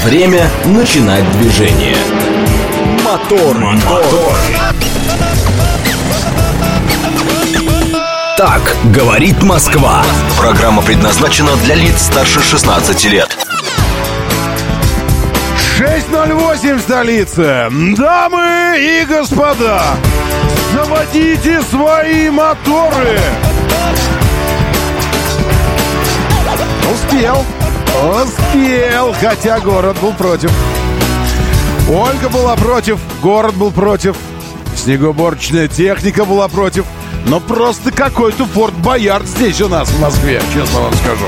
Время начинать движение. Мотор. Так говорит Москва. Программа предназначена для лиц старше 16 лет. 6:08 в столице. Дамы и господа, заводите свои моторы. Успел, хотя город был против. Ольга была против, город был против, снегоуборочная техника была против. Но просто какой-то Форт Боярд здесь у нас в Москве, честно вам скажу.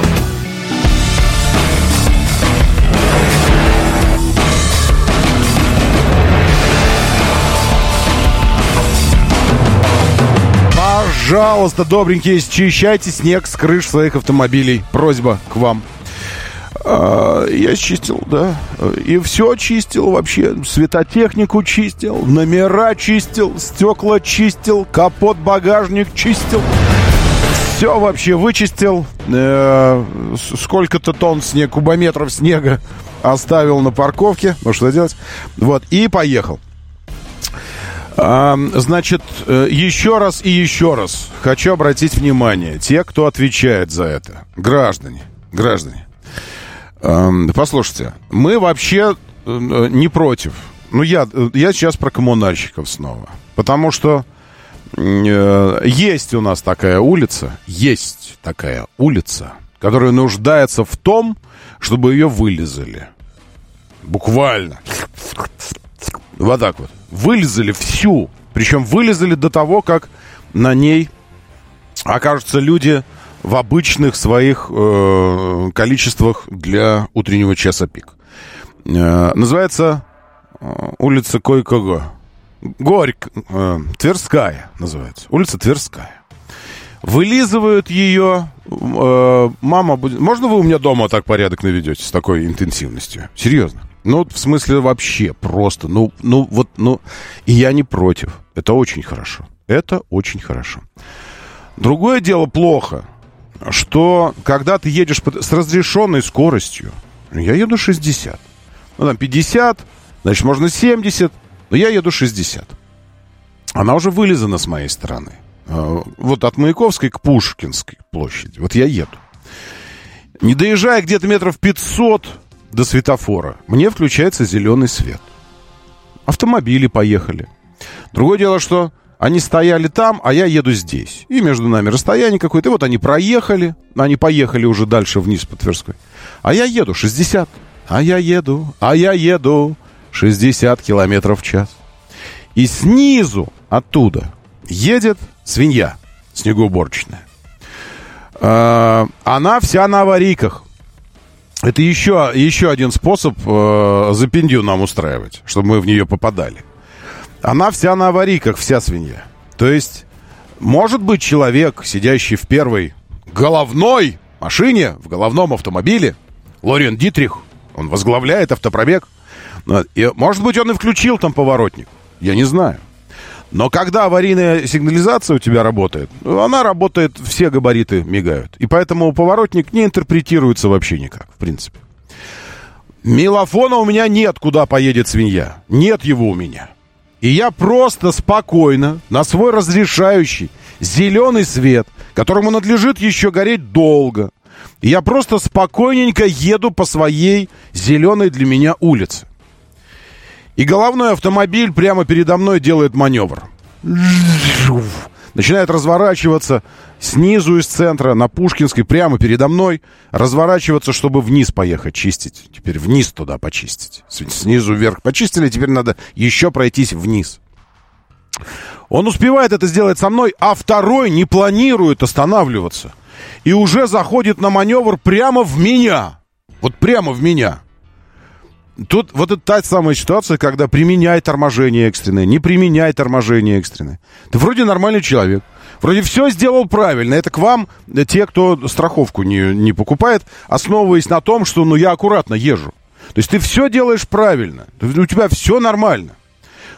Пожалуйста, добренькие, счищайте снег с крыш своих автомобилей. Просьба к вам. Я чистил, да. И все чистил вообще. Светотехнику чистил, номера чистил, стекла чистил, капот, багажник чистил. Все вообще вычистил. Сколько-то тонн снега, кубометров снега оставил на парковке. Ну, что делать? Вот, и поехал. Значит, еще раз хочу обратить внимание. Те, кто отвечает за это. Граждане. Послушайте, мы вообще не против. Ну, я сейчас про коммунальщиков снова. Потому что есть у нас такая улица, которая нуждается в том, чтобы ее вылизали. Буквально. Вот так вот. Вылизали всю. Причем вылизали до того, как на ней окажутся люди в обычных своих количествах для утреннего часа пик. Называется улица Кое-Кого. Тверская называется. Улица Тверская. Вылизывают ее. Мама будет... Можно вы у меня дома так порядок наведете с такой интенсивностью? Серьезно. Ну, в смысле, вообще просто. И я не против. Это очень хорошо. Другое дело плохо, что когда ты едешь с разрешенной скоростью, я еду 60. Ну, там 50, значит, можно 70, но я еду 60. Она уже вылизана с моей стороны. Вот от Маяковской к Пушкинской площади. Вот я еду. Не доезжая где-то метров 500 до светофора, мне включается зеленый свет. Автомобили поехали. Другое дело, что они стояли там, а я еду здесь. И между нами расстояние какое-то. И вот они проехали. Они поехали уже дальше вниз по Тверской. А я еду 60. А я еду 60 километров в час. И снизу оттуда едет свинья снегоуборочная. Она вся на аварийках. Это еще один способ запиндю нам устраивать, чтобы мы в нее попадали. Она вся на аварийках, вся свинья. То есть, может быть, человек, сидящий в первой головной машине, в головном автомобиле, Лориен Дитрих, он возглавляет автопробег. И, может быть, он и включил там поворотник. Я не знаю. Но когда аварийная сигнализация у тебя работает, она работает, все габариты мигают. И поэтому поворотник не интерпретируется вообще никак, в принципе. Мелофона у меня нет, куда поедет свинья. Нет его у меня. И я просто спокойно на свой разрешающий зеленый свет, которому надлежит еще гореть долго, и я просто спокойненько еду по своей зеленой для меня улице. И головной автомобиль прямо передо мной делает маневр. Начинает разворачиваться снизу из центра на Пушкинской, прямо передо мной. Разворачиваться, чтобы вниз поехать чистить. Теперь вниз туда почистить. Снизу вверх почистили, теперь надо еще пройтись вниз. Он успевает это сделать со мной, а второй не планирует останавливаться. И уже заходит на маневр прямо в меня. Вот прямо в меня. Тут вот это та самая ситуация, когда применяй торможение экстренное, не применяй торможение экстренное. Ты вроде нормальный человек, вроде все сделал правильно. Это к вам, те, кто страховку не покупает, основываясь на том, что я аккуратно езжу. То есть ты все делаешь правильно, у тебя все нормально.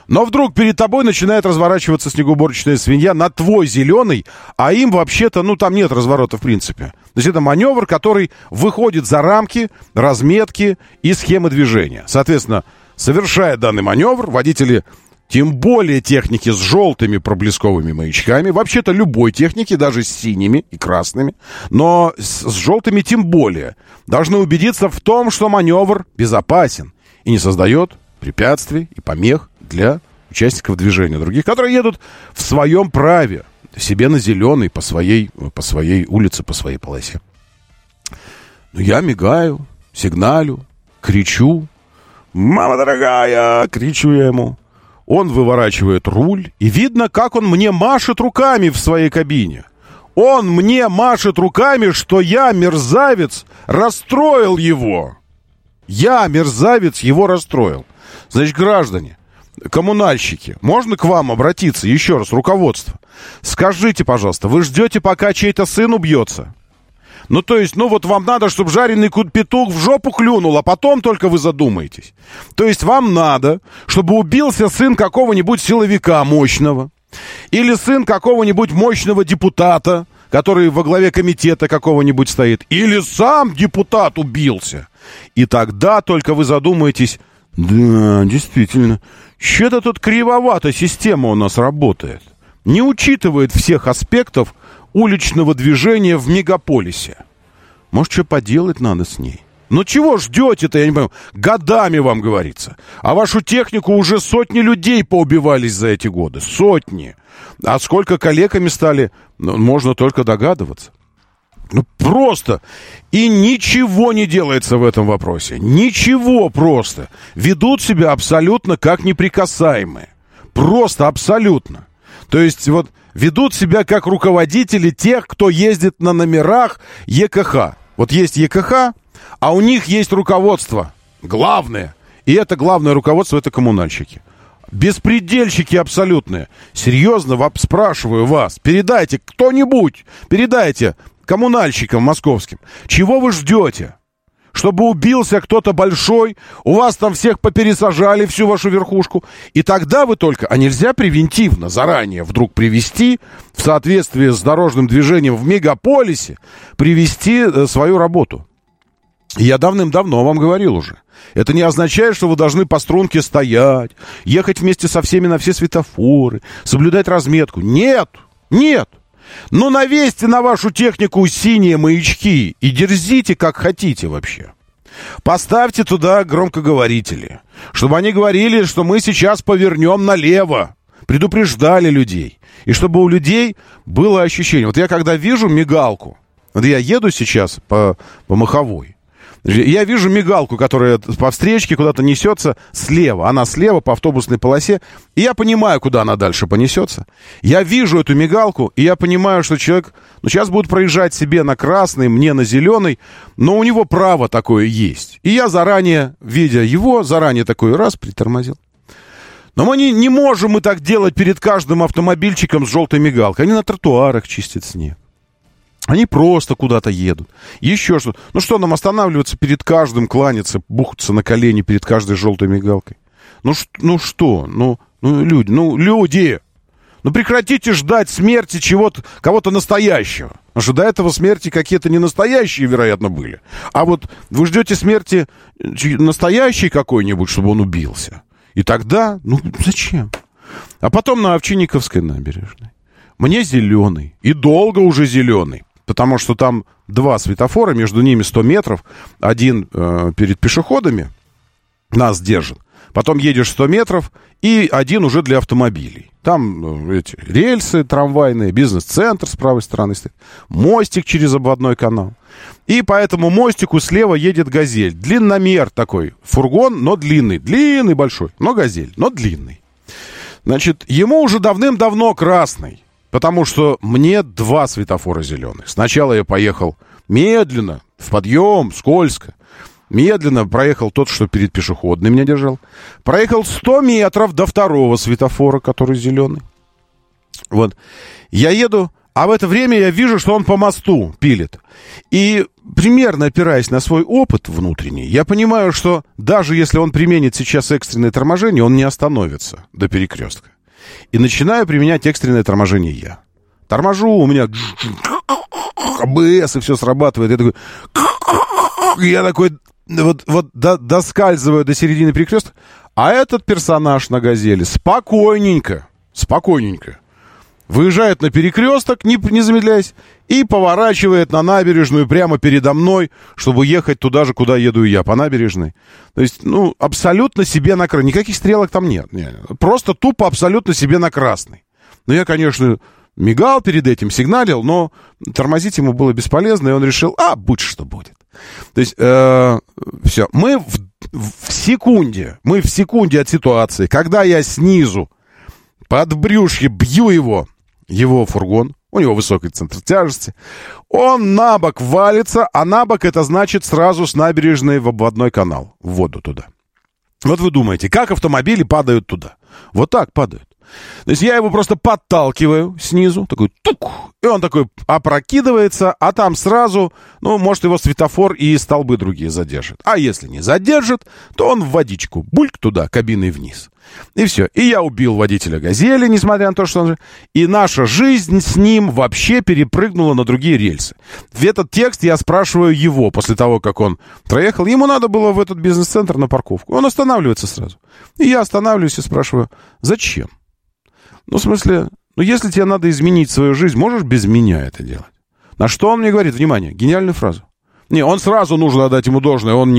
Но вдруг перед тобой начинает разворачиваться снегоуборочная свинья на твой зеленый, а им вообще-то, ну, там нет разворота в принципе. То есть это маневр, который выходит за рамки разметки и схемы движения. Соответственно, совершая данный маневр, водители, тем более техники с желтыми проблесковыми маячками, вообще-то любой техники, даже с синими и красными, но с желтыми тем более, должны убедиться в том, что маневр безопасен и не создает препятствий и помех для участников движения других, которые едут в своем праве, себе на зеленый, по своей улице, по своей полосе. Но я мигаю, сигналю, кричу. «Мама дорогая!» — кричу я ему. Он выворачивает руль, и видно, как он мне машет руками в своей кабине. Он мне машет руками, что я, мерзавец, расстроил его. Я, мерзавец, его расстроил. Значит, граждане, коммунальщики, можно к вам обратиться еще раз, руководство? Скажите, пожалуйста, вы ждете, пока чей-то сын убьется? Ну, то есть, ну вот вам надо, чтобы жареный петух в жопу клюнул, а потом только вы задумаетесь. То есть вам надо, чтобы убился сын какого-нибудь силовика мощного, или сын какого-нибудь мощного депутата, который во главе комитета какого-нибудь стоит, или сам депутат убился. И тогда только вы задумаетесь, да, действительно, что-то тут кривовато система у нас работает. Не учитывает всех аспектов уличного движения в мегаполисе. Может, что поделать надо с ней? Ну, чего ждете-то, я не понимаю. Годами вам говорится. А вашу технику уже сотни людей поубивались за эти годы. Сотни. А сколько калеками стали, можно только догадываться. Ну, просто. И ничего не делается в этом вопросе. Ничего просто. Ведут себя абсолютно как неприкасаемые. Просто абсолютно. То есть, вот, ведут себя как руководители тех, кто ездит на номерах ЕКХ. Вот есть ЕКХ, а у них есть руководство. Главное. И это главное руководство, это коммунальщики. Беспредельщики абсолютные. Серьезно, спрашиваю вас. Передайте, кто-нибудь, передайте коммунальщикам московским. Чего вы ждете? Чтобы убился кто-то большой, у вас там всех попересажали, всю вашу верхушку. И тогда вы только... А нельзя превентивно, заранее вдруг привести, в соответствии с дорожным движением в мегаполисе, привести свою работу. Я давным-давно вам говорил уже. Это не означает, что вы должны по струнке стоять, ехать вместе со всеми на все светофоры, соблюдать разметку. Нет, нет. Ну, навесьте на вашу технику синие маячки и дерзите, как хотите вообще. Поставьте туда громкоговорители, чтобы они говорили, что мы сейчас повернем налево. Предупреждали людей. И чтобы у людей было ощущение. Вот я когда вижу мигалку, вот я еду сейчас по Маховой, я вижу мигалку, которая по встречке куда-то несется слева. Она слева по автобусной полосе. И я понимаю, куда она дальше понесется. Я вижу эту мигалку, и я понимаю, что человек сейчас будет проезжать себе на красный, мне на зеленый. Но у него право такое есть. И я заранее, видя его, заранее такой раз притормозил. Но мы не можем мы так делать перед каждым автомобильчиком с желтой мигалкой. Они на тротуарах чистят снег. Они просто куда-то едут. Еще что-то. Ну что нам останавливаться перед каждым, кланяться, бухаться на колени перед каждой желтой мигалкой? Люди! Ну прекратите ждать смерти кого-то настоящего. Потому что до этого смерти какие-то не настоящие, вероятно, были. А вот вы ждете смерти настоящей какой-нибудь, чтобы он убился. И тогда, зачем? А потом на Овчинниковской набережной. Мне зеленый. И долго уже зеленый. Потому что там два светофора, между ними 100 метров. Один перед пешеходами нас держит. Потом едешь 100 метров, и один уже для автомобилей. Там эти рельсы трамвайные, бизнес-центр с правой стороны стоит. Мостик через обводной канал. И по этому мостику слева едет «Газель». Длинномер такой. Фургон, но длинный. Длинный большой, но «Газель», но длинный. Значит, ему уже давным-давно красный. Потому что мне два светофора зеленых. Сначала я поехал медленно, в подъем, скользко. Медленно проехал тот, что перед пешеходной меня держал. Проехал 100 метров до второго светофора, который зеленый. Вот. Я еду, А в это время я вижу, что он по мосту пилит. И примерно опираясь на свой опыт внутренний, я понимаю, что даже если он применит сейчас экстренное торможение, он не остановится до перекрестка. И начинаю применять экстренное торможение я. Торможу, у меня АБС, и все срабатывает. Я такой доскальзываю до середины перекрестка. А этот персонаж на «Газели» спокойненько выезжает на перекресток, не замедляясь, и поворачивает на набережную прямо передо мной, чтобы ехать туда же, куда еду и я, по набережной. То есть, абсолютно себе на красный. Никаких стрелок там нет. Просто тупо абсолютно себе на красный. Но я, конечно, мигал перед этим, сигналил, но тормозить ему было бесполезно, и он решил, будь что будет. То есть, все. Мы в секунде от ситуации, когда я снизу под брюшье бью его фургон, у него высокий центр тяжести, он на бок валится, а на бок это значит сразу с набережной в обводной канал, в воду туда. Вот вы думаете, как автомобили падают туда? Вот так падают. То есть я его просто подталкиваю снизу, такой тук, и он такой опрокидывается, а там сразу, может, его светофор и столбы другие задержит. А если не задержит, то он в водичку, бульк туда, кабиной вниз. И все. И я убил водителя «Газели», несмотря на то, что он... И наша жизнь с ним вообще перепрыгнула на другие рельсы. В этот текст я спрашиваю его, после того, как он проехал. Ему надо было в этот бизнес-центр на парковку. Он останавливается сразу. И я останавливаюсь и спрашиваю, зачем? В смысле, если тебе надо изменить свою жизнь, можешь без меня это делать? На что он мне говорит, внимание, гениальную фразу. Он сразу, нужно отдать ему должное, он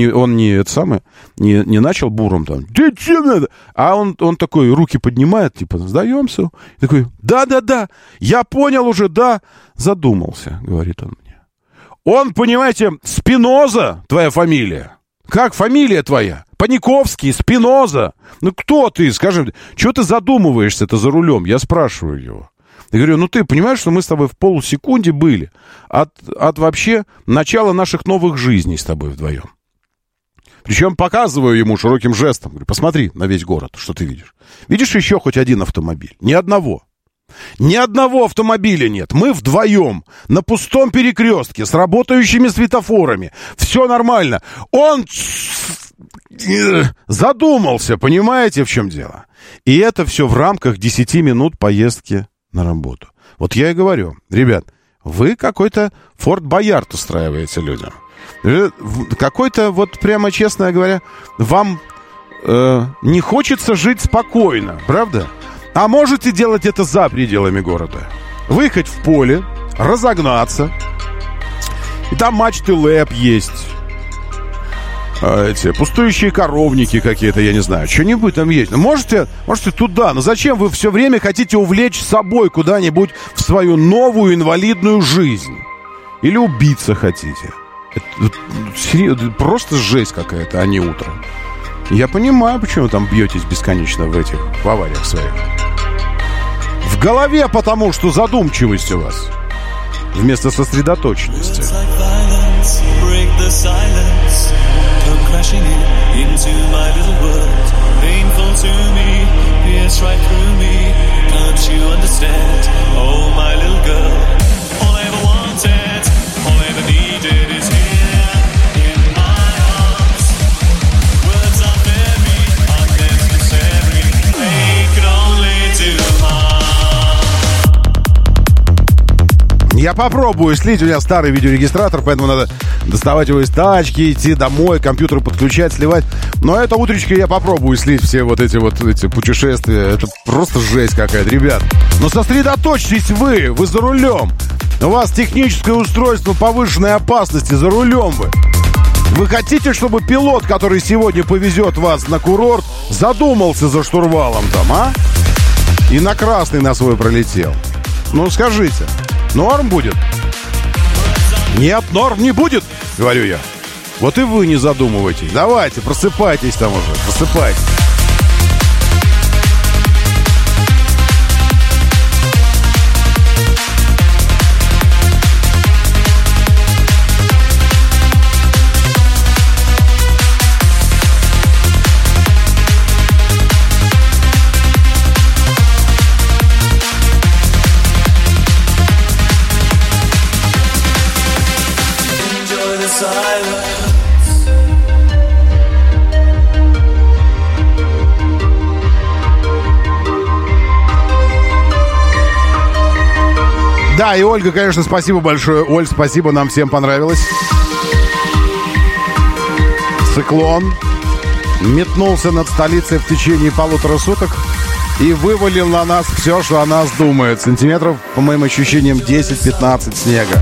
не начал буром там, ты че надо? А он такой, руки поднимает, типа, сдаемся. И такой, да, я понял уже, да, задумался, говорит он мне. Он, понимаете, Спиноза, твоя фамилия. Как фамилия твоя? Паниковский, Спиноза. Кто ты? Скажи, что ты задумываешься-то за рулем? Я спрашиваю его. Я говорю, ты понимаешь, что мы с тобой в полусекунде были от вообще начала наших новых жизней с тобой вдвоем. Причем показываю ему широким жестом. Говорю, посмотри на весь город, что ты видишь. Видишь еще хоть один автомобиль? Ни одного. Ни одного автомобиля нет. Мы вдвоем на пустом перекрестке с работающими светофорами. Все нормально. Он задумался, понимаете, в чем дело? И это все в рамках 10 минут поездки на работу. Вот я и говорю, ребят, вы какой-то Форт Боярд устраиваете людям. Какой-то, прямо честно говоря, вам не хочется жить спокойно, правда? А можете делать это за пределами города. Выехать в поле, разогнаться. И там мачты ЛЭП есть. Эти пустующие коровники какие-то, я не знаю. Что-нибудь там есть. Можете туда. Но зачем вы все время хотите увлечь с собой куда-нибудь в свою новую инвалидную жизнь? Или убиться хотите? Это просто жесть какая-то, а не утро. Я понимаю, почему там бьетесь бесконечно в авариях своих. В голове потому, что задумчивость у вас вместо сосредоточенности. Я попробую слить, у меня старый видеорегистратор, поэтому надо доставать его из тачки, идти домой, компьютер подключать, сливать. Но это утречко я попробую слить все эти путешествия. Это просто жесть какая-то, ребят. Но сосредоточьтесь вы за рулем. У вас техническое устройство повышенной опасности, за рулем вы. Вы хотите, чтобы пилот, который сегодня повезет вас на курорт, задумался за штурвалом там, а? И на красный на свой пролетел. Скажите. Норм будет? Нет, норм не будет, говорю я. Вот и вы не задумывайтесь. Давайте, просыпайтесь там уже, просыпайтесь. Да, и Ольга, конечно, спасибо большое. Оль, спасибо, нам всем понравилось. Циклон метнулся над столицей в течение 1,5 суток и вывалил на нас все, что о нас думает. Сантиметров, по моим ощущениям, 10-15 снега.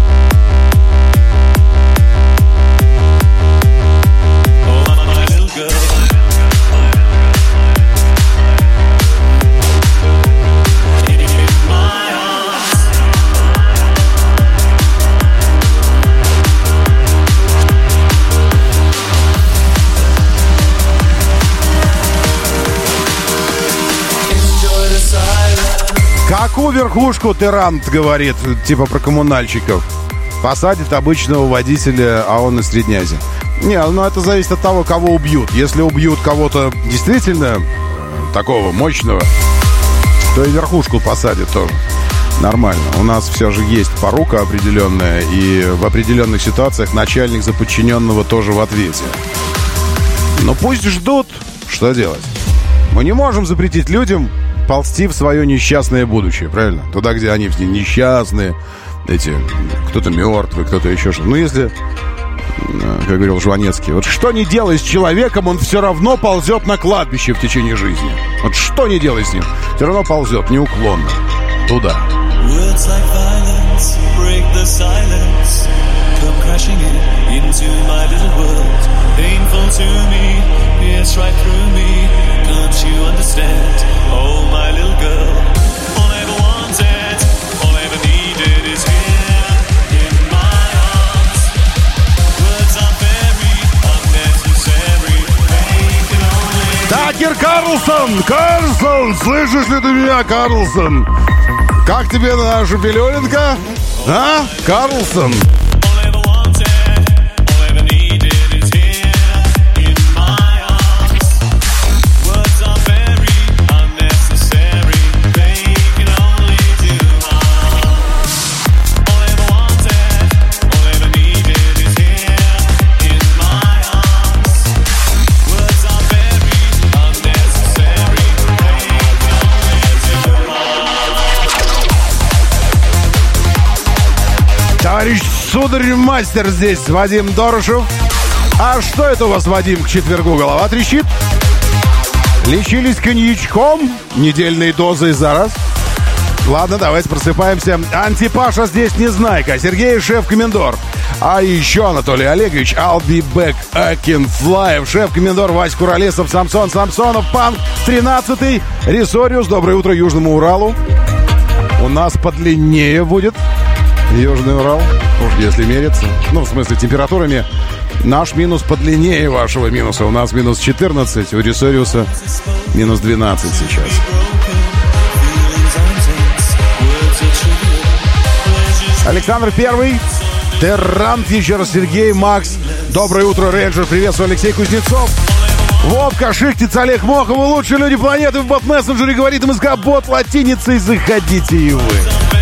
Какую верхушку тирант говорит, типа про коммунальщиков? Посадит обычного водителя, а он из Среднязи. Не, ну это зависит от того, кого убьют. Если убьют кого-то действительно такого мощного, то и верхушку посадят тоже. Нормально. У нас все же есть порука определенная, и в определенных ситуациях начальник за подчиненного тоже в ответе. Но пусть ждут. Что делать? Мы не можем запретить людям ползти в свое несчастное будущее, правильно? Туда, где они все несчастные, эти, кто-то мертвый, кто-то еще что-то. Ну, если, как говорил Жванецкий, вот что ни делай с человеком, он все равно ползет на кладбище в течение жизни. Вот что ни делай с ним, все равно ползет неуклонно туда. Can't you understand? Oh, my little girl. All I ever wanted, all I ever needed is here in my arms. Words are very unnecessary. They can only... Такер Карлсон! Карлсон! Слышишь ли ты меня, Карлсон? Как тебе наша пеленка? А? Карлсон! Товарищ сударь-мастер здесь, Вадим Дорошев. А что это у вас, Вадим, к четвергу голова трещит? Лечились коньячком? Недельной дозой за раз? Ладно, давайте просыпаемся. Антипаша здесь Незнайка, Сергей шеф-комендор. А еще Анатолий Олегович, I'll be back, I can fly. Шеф-комендор Вась Куролесов, Самсон Самсонов, Панк 13-й, Ресориус, доброе утро Южному Уралу. У нас подлиннее будет Южный Урал, уж если мериться. Ну, в смысле, температурами. Наш минус подлиннее вашего минуса. У нас минус 14, у Ресориуса минус 12 сейчас. Александр Первый, Террант, еще раз Сергей, Макс. Доброе утро, Рейнджер. Приветствую, Алексей Кузнецов. Вовка, Шихтиц, Олег Мохов. Вы лучшие люди планеты в бот-мессенджере. Говорит МСК бот латиницей. Заходите и вы.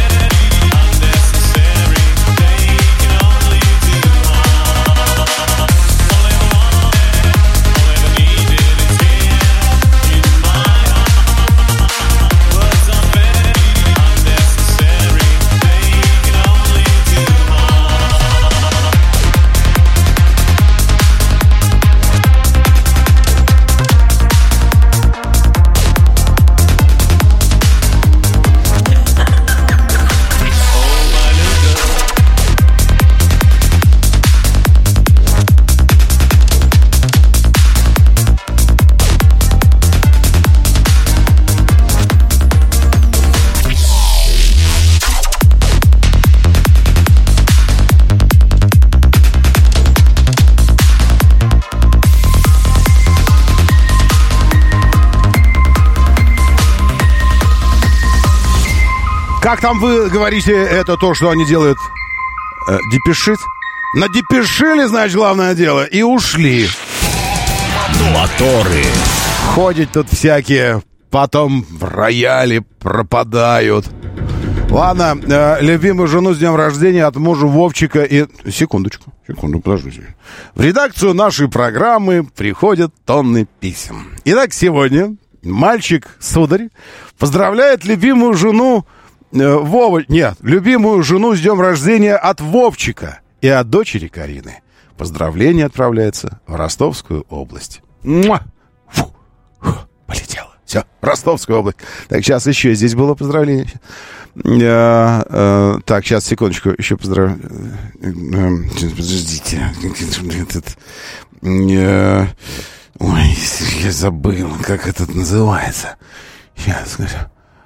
Как там вы говорите, это то, что они делают? Депешит? Надепешили, значит, главное дело, и ушли. Моторы. Ходят тут всякие, потом в рояле пропадают. Ладно, любимую жену с днем рождения от мужа Вовчика и... Секунду, подождите. В редакцию нашей программы приходят тонны писем. Итак, сегодня мальчик-сударь поздравляет любимую жену Нет, любимую жену с днем рождения от Вовчика и от дочери Карины. Поздравление отправляется в Ростовскую область. Муа! Фу! Фу! Полетело. Все, Ростовская область. Так, сейчас еще здесь было поздравление. Так, сейчас, секундочку, еще поздравление. Подождите. Ой, я забыл, как это называется. Сейчас скажу.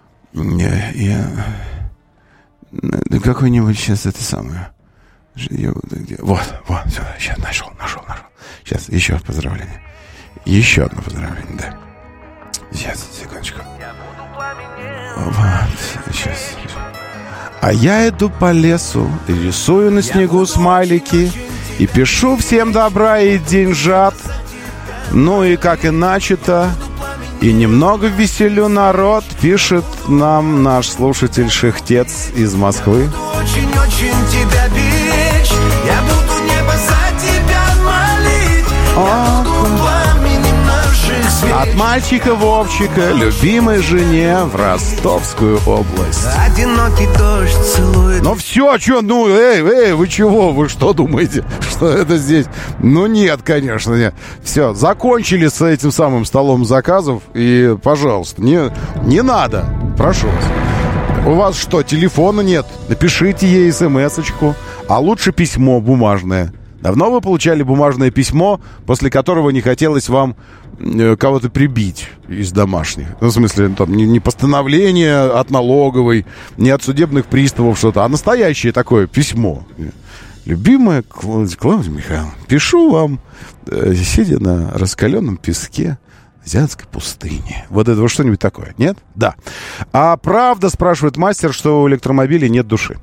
Да какой-нибудь сейчас это самое. Вот, все, сейчас нашел. Сейчас, еще поздравление. Еще одно поздравление, да. Сейчас, секундочку. Вот, сейчас. А я иду по лесу, и рисую на снегу смайлики, и пишу всем добра и деньжат. Ну и как иначе-то, и немного веселю народ, пишет нам наш слушатель Шехтец из Москвы. Очень-очень тебя беречь, я буду небо за тебя молить, я буду пламенем наших свеч. От мальчика Вовчика, любимой жене в Ростовскую область. Одинокий дождь целует. Ну все, что, ну, эй, вы чего? Вы что думаете, что это здесь? Ну нет, конечно, нет. Все, закончили с этим самым столом заказов. И, пожалуйста, не надо, прошу вас. У вас что, телефона нет? Напишите ей смс-очку, а лучше письмо бумажное. Давно вы получали бумажное письмо, после которого не хотелось вам кого-то прибить из домашних? Ну, в смысле, там, не постановление от налоговой, не от судебных приставов что-то, а настоящее такое письмо. Любимая Клавдия Михайловна, пишу вам, сидя на раскаленном песке азиатской пустыни. Вот это вот что-нибудь такое, нет? Да. А правда, спрашивает мастер, что у электромобилей нет души?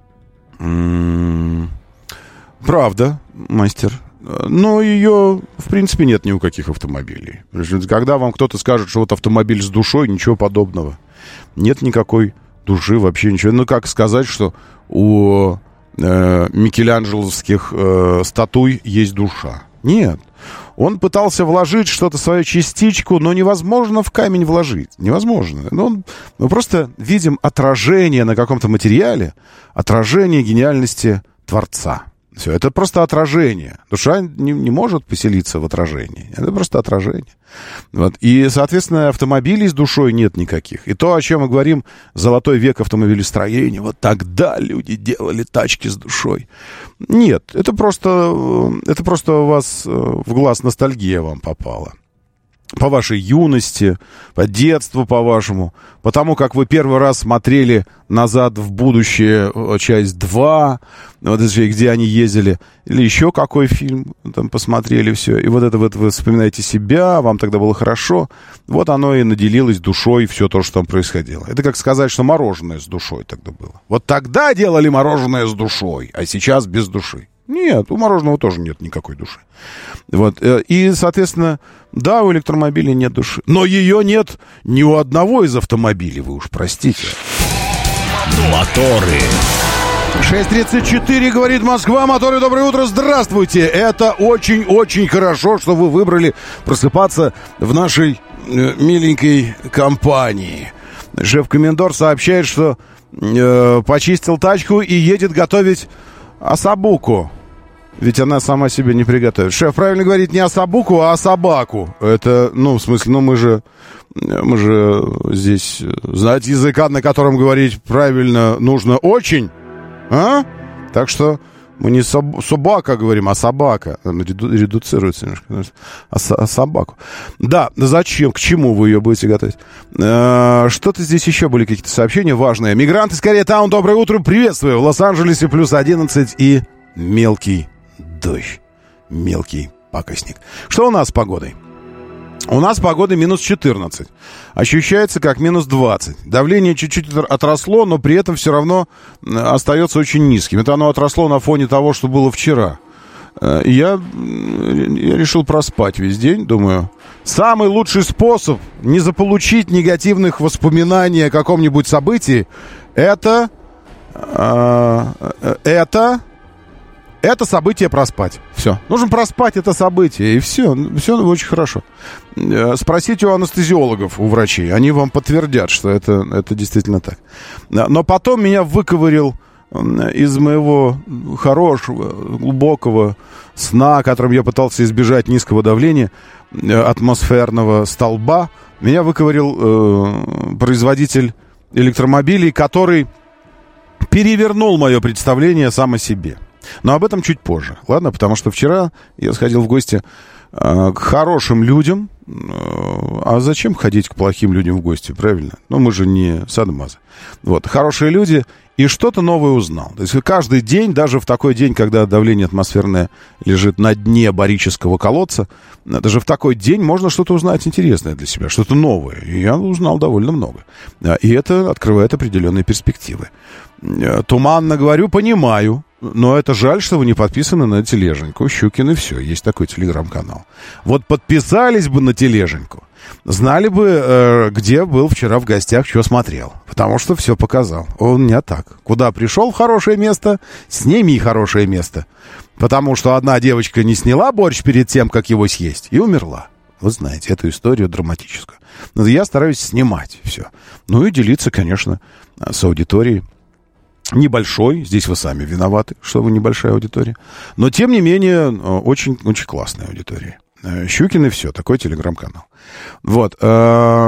Правда, мастер. Но ее, в принципе, нет ни у каких автомобилей. Когда вам кто-то скажет, что вот автомобиль с душой, ничего подобного. Нет никакой души, вообще ничего. Ну, как сказать, что у микеланджеловских статуй есть душа? Нет. Он пытался вложить что-то, свою частичку, но невозможно в камень вложить. Невозможно. Мы просто видим отражение на каком-то материале, отражение гениальности Творца. Все, это просто отражение. Душа не может поселиться в отражении. Это просто отражение. Вот. И, соответственно, автомобилей с душой нет никаких. И то, о чем мы говорим, золотой век автомобилестроения, вот тогда люди делали тачки с душой. Нет, это просто у вас в глаз ностальгия вам попала. По вашей юности, по детству, по-вашему, по тому, как вы первый раз смотрели «Назад в будущее», часть 2, вот где они ездили, или еще какой фильм там посмотрели, все, и вот это вот вы вспоминаете себя, вам тогда было хорошо, вот оно и наделилось душой, все то, что там происходило. Это как сказать, что мороженое с душой тогда было. Вот тогда делали мороженое с душой, а сейчас без души. Нет, у мороженого тоже нет никакой души. Вот. И, соответственно, да, у электромобилей нет души. Но ее нет ни у одного из автомобилей, вы уж простите. Моторы. 6:34, говорит Москва. Моторы, доброе утро, здравствуйте. Это очень-очень хорошо, что вы выбрали просыпаться в нашей миленькой компании. Шеф-комендор сообщает, что почистил тачку и едет готовить асабуку. Ведь она сама себе не приготовит. Шеф правильно говорит не асабуку, а собаку. Это, в смысле, мы же здесь знать языка, на котором говорить правильно нужно очень. А? Так что мы не собака говорим, а собака. Редуцируется немножко. А собаку. Да, зачем? К чему вы ее будете готовить? Что-то здесь еще были какие-то сообщения важные. Мигранты из Кореятаун, доброе утро, приветствую. В Лос-Анджелесе плюс 11 и мелкий дождь. Мелкий пакостник. Что у нас с погодой? У нас погода минус 14. Ощущается как минус 20. Давление чуть-чуть отросло, но при этом все равно остается очень низким. Это оно отросло на фоне того, что было вчера. Я решил проспать весь день, думаю. Самый лучший способ не заполучить негативных воспоминаний о каком-нибудь событии, это Это событие проспать. Все. Нужно проспать это событие, и все. Все очень хорошо. Спросите у анестезиологов, у врачей. Они вам подтвердят, что это действительно так. Но потом меня выковырил из моего хорошего, глубокого сна, которым я пытался избежать низкого давления, атмосферного столба, меня выковырил производитель электромобилей, который перевернул мое представление сам о себе. Но об этом чуть позже, ладно? Потому что вчера я сходил в гости к хорошим людям. А зачем ходить к плохим людям в гости, правильно? Ну, мы же не садомазы. Вот, хорошие люди, и что-то новое узнал. То есть каждый день, даже в такой день, когда давление атмосферное лежит на дне барического колодца, даже в такой день можно что-то узнать интересное для себя, что-то новое. И я узнал довольно много. И это открывает определенные перспективы. Туманно говорю, понимаю. Но это жаль, что вы не подписаны на тележеньку. Щукин и все. Есть такой телеграм-канал. Вот подписались бы на тележеньку, знали бы, где был вчера в гостях, что смотрел. Потому что все показал. Он у меня так. Куда пришел в хорошее место, сними хорошее место. Потому что одна девочка не сняла борщ перед тем, как его съесть, и умерла. Вы знаете эту историю драматическую. Но я стараюсь снимать все. Ну и делиться, конечно, с аудиторией. Небольшой, здесь вы сами виноваты, что вы небольшая аудитория. Но, тем не менее, очень, очень классная аудитория. Щукин и все, такой телеграм-канал. Вот. Но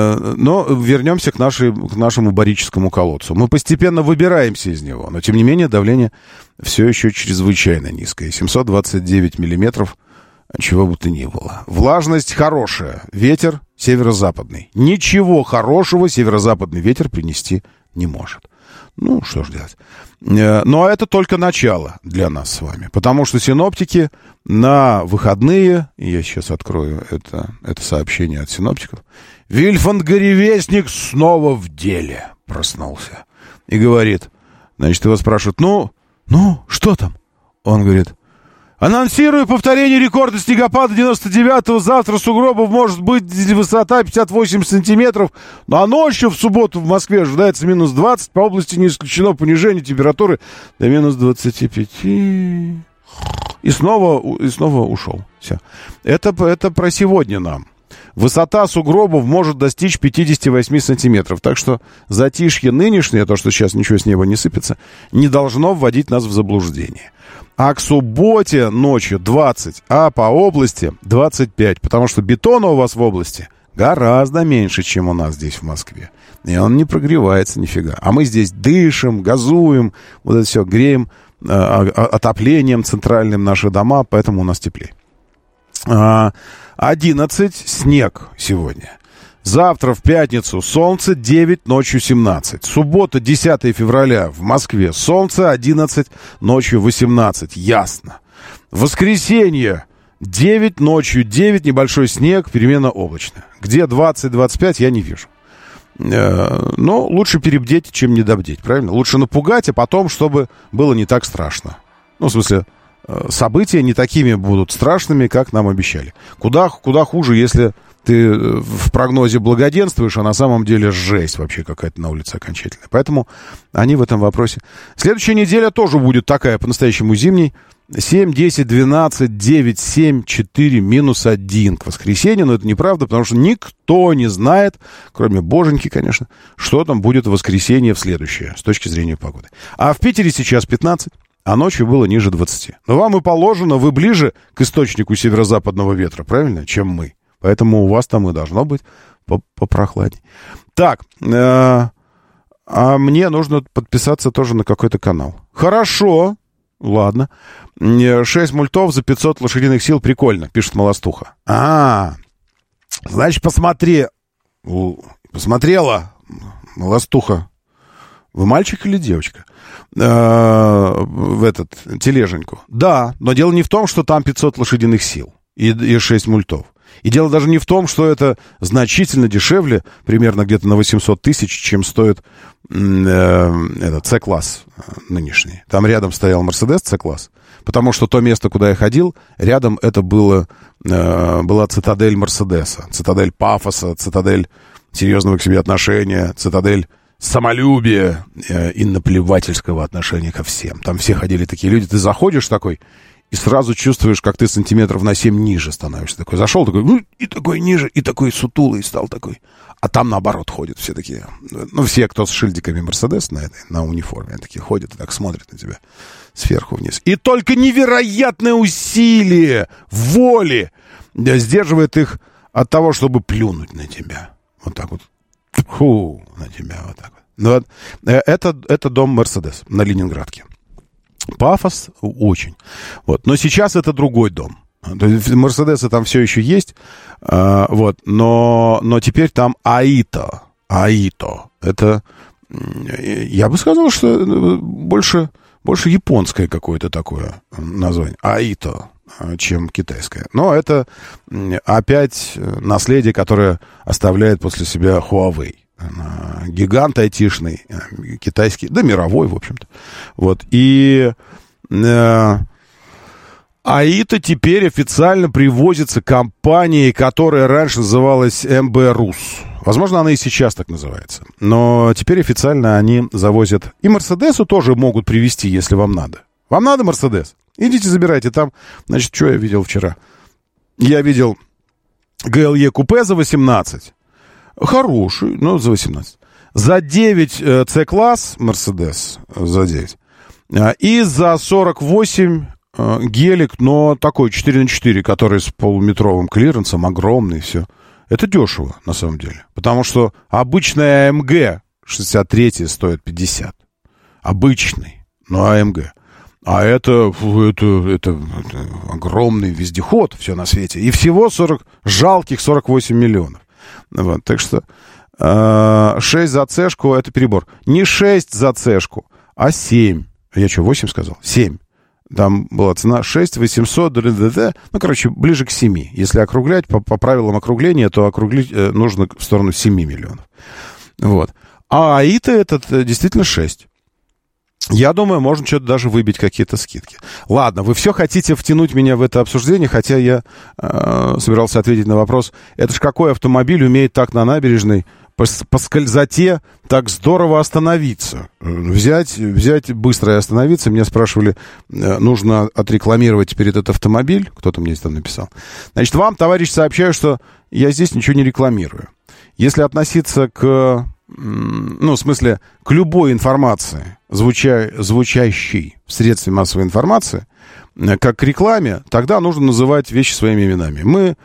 вернемся к нашему барическому колодцу. Мы постепенно выбираемся из него, но, тем не менее, давление все еще чрезвычайно низкое. 729 миллиметров, чего бы то ни было. Влажность хорошая, ветер северо-западный. Ничего хорошего северо-западный ветер принести не может. Ну, что ж делать. Но это только начало для нас с вами. Потому что синоптики на выходные, и я сейчас открою это сообщение от синоптиков, Вильфанд-Горевестник снова в деле проснулся. И говорит, значит, его спрашивают, ну, что там? Он говорит, анонсирую повторение рекорда снегопада 99-го. Завтра сугробов может быть высота 58 сантиметров. А ночью в субботу в Москве ожидается минус 20. По области не исключено понижение температуры до минус 25. И снова ушел. Все. Это про сегодня нам. Высота сугробов может достичь 58 сантиметров. Так что затишье нынешнее, то, что сейчас ничего с неба не сыпется, не должно вводить нас в заблуждение. А к субботе ночью 20, а по области 25. Потому что бетона у вас в области гораздо меньше, чем у нас здесь в Москве. И он не прогревается нифига. А мы здесь дышим, газуем, вот это все, греем отоплением центральным наши дома, поэтому у нас теплее. 11 снег сегодня. Завтра в пятницу солнце 9, ночью 17. Суббота 10 февраля в Москве солнце 11, ночью 18. Ясно. Воскресенье 9, ночью 9, небольшой снег, переменно облачно. Где 20-25, я не вижу. Но лучше перебдеть, чем недобдеть, правильно? Лучше напугать, а потом, чтобы было не так страшно. Ну, в смысле, события не такими будут страшными, как нам обещали. Куда хуже, если ты в прогнозе благоденствуешь, а на самом деле жесть вообще какая-то на улице окончательная. Поэтому они в этом вопросе. Следующая неделя тоже будет такая по-настоящему зимней. 7, 10, 12, 9, 7, 4, минус 1 к воскресенью. Но это неправда, потому что никто не знает, кроме боженьки, конечно, что там будет в воскресенье в следующее с точки зрения погоды. А в Питере сейчас 15, а ночью было ниже 20. Но вам и положено, вы ближе к источнику северо-западного ветра, правильно, чем мы. Поэтому у вас там и должно быть попрохладнее. Так, а мне нужно подписаться тоже на какой-то канал. Хорошо, ладно. 6 мультов за 500 лошадиных сил, прикольно, пишет Молостуха. Значит, посмотрела Молостуха. Вы мальчик или девочка? В тележеньку. Да, но дело не в том, что там 500 лошадиных сил и 6 мультов. И дело даже не в том, что это значительно дешевле, примерно где-то на 800 тысяч, чем стоит C-класс нынешний. Там рядом стоял Мерседес C-класс, потому что то место, куда я ходил, рядом это была цитадель Мерседеса, цитадель пафоса, цитадель серьезного к себе отношения, цитадель самолюбия и наплевательского отношения ко всем. Там все ходили такие люди. Ты заходишь такой и сразу чувствуешь, как ты сантиметров на 7 ниже становишься. Такой зашел, такой, и такой ниже, и такой сутулый стал такой. А там наоборот ходят все такие. Ну, все, кто с шильдиками Мерседес на униформе, они такие ходят и так смотрят на тебя сверху вниз. И только невероятное усилие воли сдерживает их от того, чтобы плюнуть на тебя. Вот так вот. Фу, на тебя вот так вот. Ну, вот. Это дом Мерседес на Ленинградке. Пафос очень. Вот. Но сейчас это другой дом. Мерседесы там все еще есть. Вот. Но теперь там Аито. Аито. Это, я бы сказал, что больше японское какое-то такое название. Аито, чем китайское. Но это опять наследие, которое оставляет после себя Huawei. Гигант айтишный, китайский, да мировой, в общем-то. Вот. И Аито теперь официально привозится компанией, которая раньше называлась МБ Рус. Возможно, она и сейчас так называется. Но теперь официально они завозят. И Мерседесу тоже могут привезти, если вам надо. Вам надо Мерседес? Идите, забирайте там. Значит, что я видел вчера? Я видел GLE купе за 18. Хороший, но за 18. За 9 C-класс Мерседес. За 9. И за 48 гелик, но такой 4х4, который с полуметровым клиренсом, огромный, все. Это дешево, на самом деле. Потому что обычная AMG 63 стоит 50. Обычный, но AMG. А это огромный вездеход, все на свете. И всего жалких 48 миллионов. Вот, так что 6 за цешку — это перебор. Не 6 за цешку, а 7. Я что, 8 сказал? 7. Там была цена 6 800, ну, короче, ближе к 7. Если округлять, по правилам округления, то округлить нужно в сторону 7 миллионов. Вот. А Аито этот действительно 6. Я думаю, можно что-то даже выбить, какие-то скидки. Ладно, вы все хотите втянуть меня в это обсуждение, хотя я собирался ответить на вопрос. Это ж какой автомобиль умеет так на набережной по скользоте так здорово остановиться? Взять быстро и остановиться. Меня спрашивали, нужно отрекламировать теперь этот автомобиль. Кто-то мне здесь там написал. Значит, вам, товарищ, сообщаю, что я здесь ничего не рекламирую. Если относиться к... Ну, в смысле, к любой информации, звучащей в средстве массовой информации, как к рекламе, тогда нужно называть вещи своими именами. Мы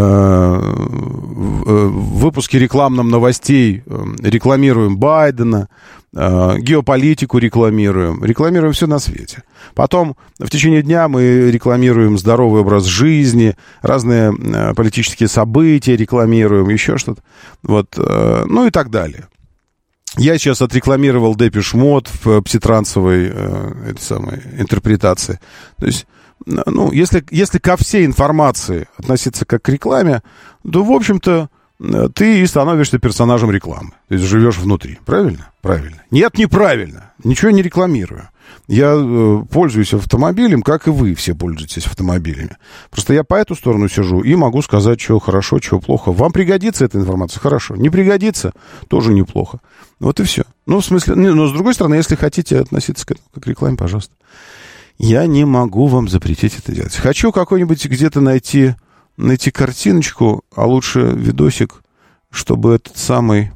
в выпуске рекламных новостей рекламируем Байдена, геополитику рекламируем все на свете. Потом в течение дня мы рекламируем здоровый образ жизни, разные политические события рекламируем, еще что-то. Вот, ну и так далее. Я сейчас отрекламировал Депеш Мод в пситрансовой этой самой интерпретации. То есть, ну, если ко всей информации относиться как к рекламе, то, в общем-то, ты и становишься персонажем рекламы. То есть живешь внутри. Правильно? Правильно. Нет, неправильно. Ничего не рекламирую. Я пользуюсь автомобилем, как и вы все пользуетесь автомобилями. Просто я по эту сторону сижу и могу сказать, что хорошо, что плохо. Вам пригодится эта информация? Хорошо. Не пригодится? Тоже неплохо. Вот и все. Ну, в смысле... Но, с другой стороны, если хотите относиться к этому как к рекламе, пожалуйста. Я не могу вам запретить это делать. Хочу какой-нибудь где-то найти картиночку, а лучше видосик, чтобы этот самый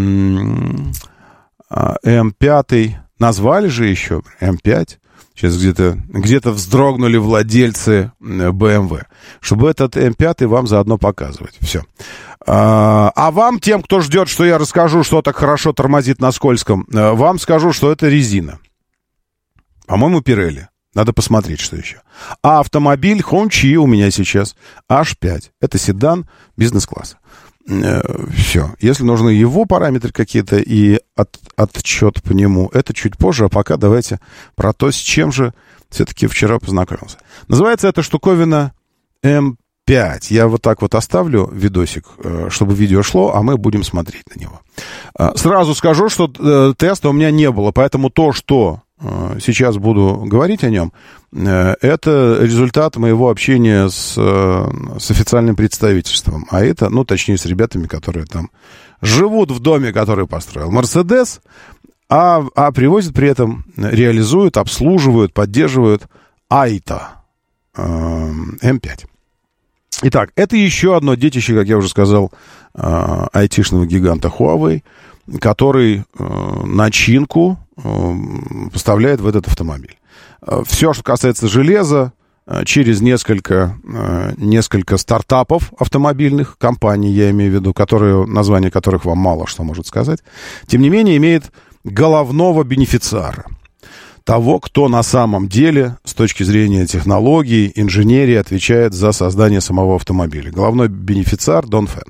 М5... Назвали же еще М5. Сейчас где-то вздрогнули владельцы BMW. Чтобы этот М5 вам заодно показывать. Все. А вам, тем, кто ждет, что я расскажу, что так хорошо тормозит на скользком, вам скажу, что это резина. По-моему, Pirelli. Надо посмотреть, что еще. А автомобиль Hongqi у меня сейчас H5. Это седан бизнес-класса. Все. Если нужны его параметры какие-то и отчет по нему, это чуть позже. А пока давайте про то, с чем же все-таки вчера познакомился. Называется эта штуковина М5. Я вот так вот оставлю видосик, чтобы видео шло, а мы будем смотреть на него. Сразу скажу, что теста у меня не было, поэтому то, что сейчас буду говорить о нем, это результат моего общения с официальным представительством. А это, ну, точнее, с ребятами, которые там живут в доме, который построил Мерседес, а привозят при этом, реализуют, обслуживают, поддерживают Аита М5. Итак, это еще одно детище, как я уже сказал, айтишного гиганта Huawei, который начинку поставляет в этот автомобиль. Все, что касается железа, через несколько стартапов автомобильных компаний, я имею в виду, название которых вам мало что может сказать, тем не менее имеет головного бенефициара. Того, кто на самом деле, с точки зрения технологий, инженерии, отвечает за создание самого автомобиля. Головной бенефициар Донфэн.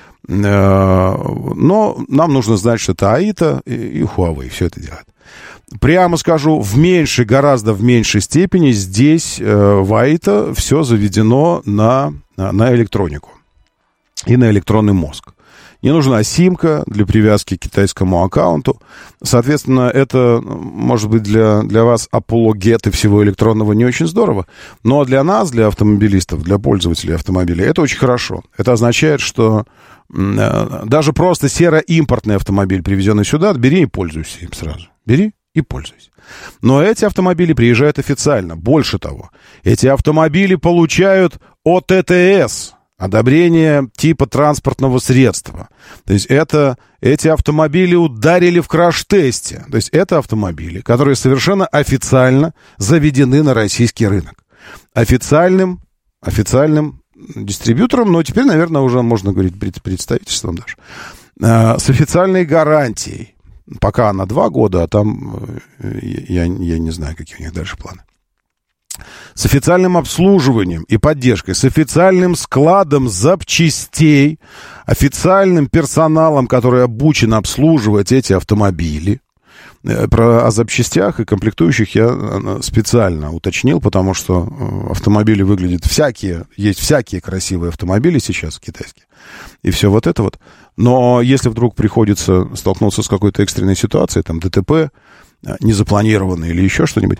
Но нам нужно знать, что это Аита и Huawei все это делает. Прямо скажу, гораздо в меньшей степени здесь в Аита все заведено на электронику и на электронный мозг. Не нужна симка для привязки к китайскому аккаунту. Соответственно, это, может быть, для вас апологеты всего электронного не очень здорово. Но для нас, для автомобилистов, для пользователей автомобиля, это очень хорошо. Это означает, что даже просто сероимпортный автомобиль, привезенный сюда, бери и пользуйся им сразу. Бери и пользуйся. Но эти автомобили приезжают официально. Больше того, эти автомобили получают ОТТС. Одобрение типа транспортного средства. То есть эти автомобили ударили в краш-тесте. То есть это автомобили, которые совершенно официально заведены на российский рынок. Официальным дистрибьютором, но теперь, наверное, уже можно говорить представительством даже. С официальной гарантией. Пока на 2 года, а там я не знаю, какие у них дальше планы. С официальным обслуживанием и поддержкой, с официальным складом запчастей, официальным персоналом, который обучен обслуживать эти автомобили. О запчастях и комплектующих я специально уточнил, потому что автомобили выглядят есть всякие красивые автомобили сейчас китайские, и все вот это вот. Но если вдруг приходится столкнуться с какой-то экстренной ситуацией, там ДТП, незапланированное или еще что-нибудь,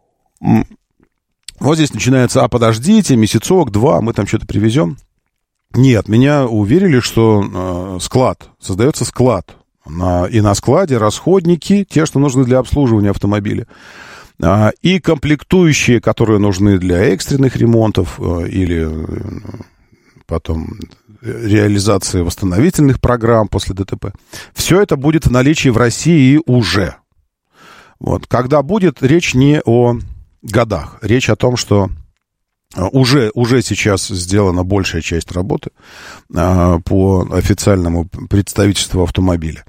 вот здесь начинается, подождите, месяцок-два, мы там что-то привезем. Нет, меня уверили, что создается склад. И на складе расходники, те, что нужны для обслуживания автомобиля. И комплектующие, которые нужны для экстренных ремонтов или потом реализации восстановительных программ после ДТП. Все это будет в наличии в России уже. Вот. Когда будет, речь не о годах. Речь о том, что уже сейчас сделана большая часть работы по официальному представительству автомобиля.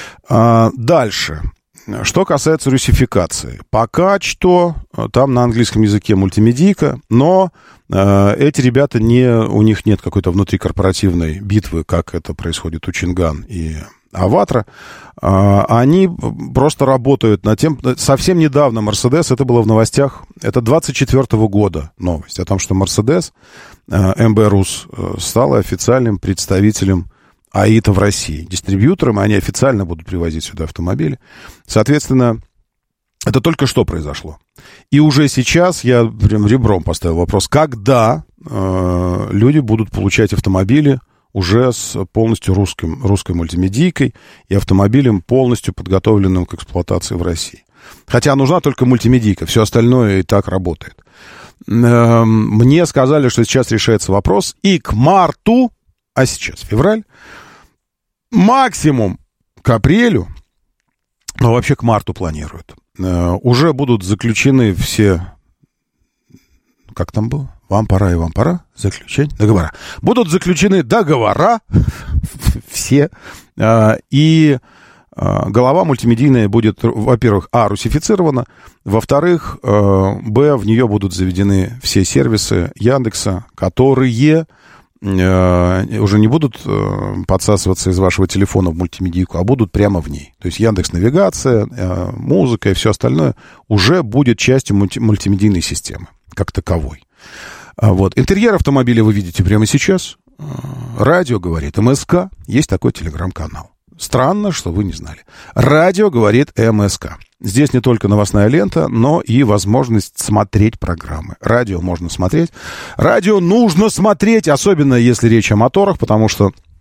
Дальше. Что касается русификации. Пока что там на английском языке мультимедийка, но эти ребята у них нет какой-то внутрикорпоративной битвы, как это происходит у Чинган и Аватра. Они просто работают над тем... Совсем недавно Mercedes, это было в новостях, это 24-го года новость о том, что Mercedes, MB Rus, стала официальным представителем Аита в России, дистрибьютором, и они официально будут привозить сюда автомобили. Соответственно, это только что произошло. И уже сейчас я прям ребром поставил вопрос, когда люди будут получать автомобили уже с полностью русской мультимедийкой и автомобилем, полностью подготовленным к эксплуатации в России. Хотя нужна только мультимедийка, все остальное и так работает. Мне сказали, что сейчас решается вопрос, и к марту, а сейчас февраль, максимум к апрелю, но вообще к марту планируют, уже будут заключены все... Как там было? Вам пора заключать договора. Будут заключены договора все. И голова мультимедийная будет, во-первых, русифицирована. Во-вторых, в нее будут заведены все сервисы Яндекса, которые уже не будут подсасываться из вашего телефона в мультимедийку, а будут прямо в ней. То есть Яндекс.Навигация, музыка и все остальное уже будет частью мультимедийной системы как таковой. Вот. Интерьер автомобиля вы видите прямо сейчас. Радио говорит МСК. Есть такой телеграм-канал. Странно, что вы не знали. Радио говорит МСК. Здесь не только новостная лента, но и возможность смотреть программы. Радио можно смотреть. Радио нужно смотреть, особенно если речь о моторах, потому что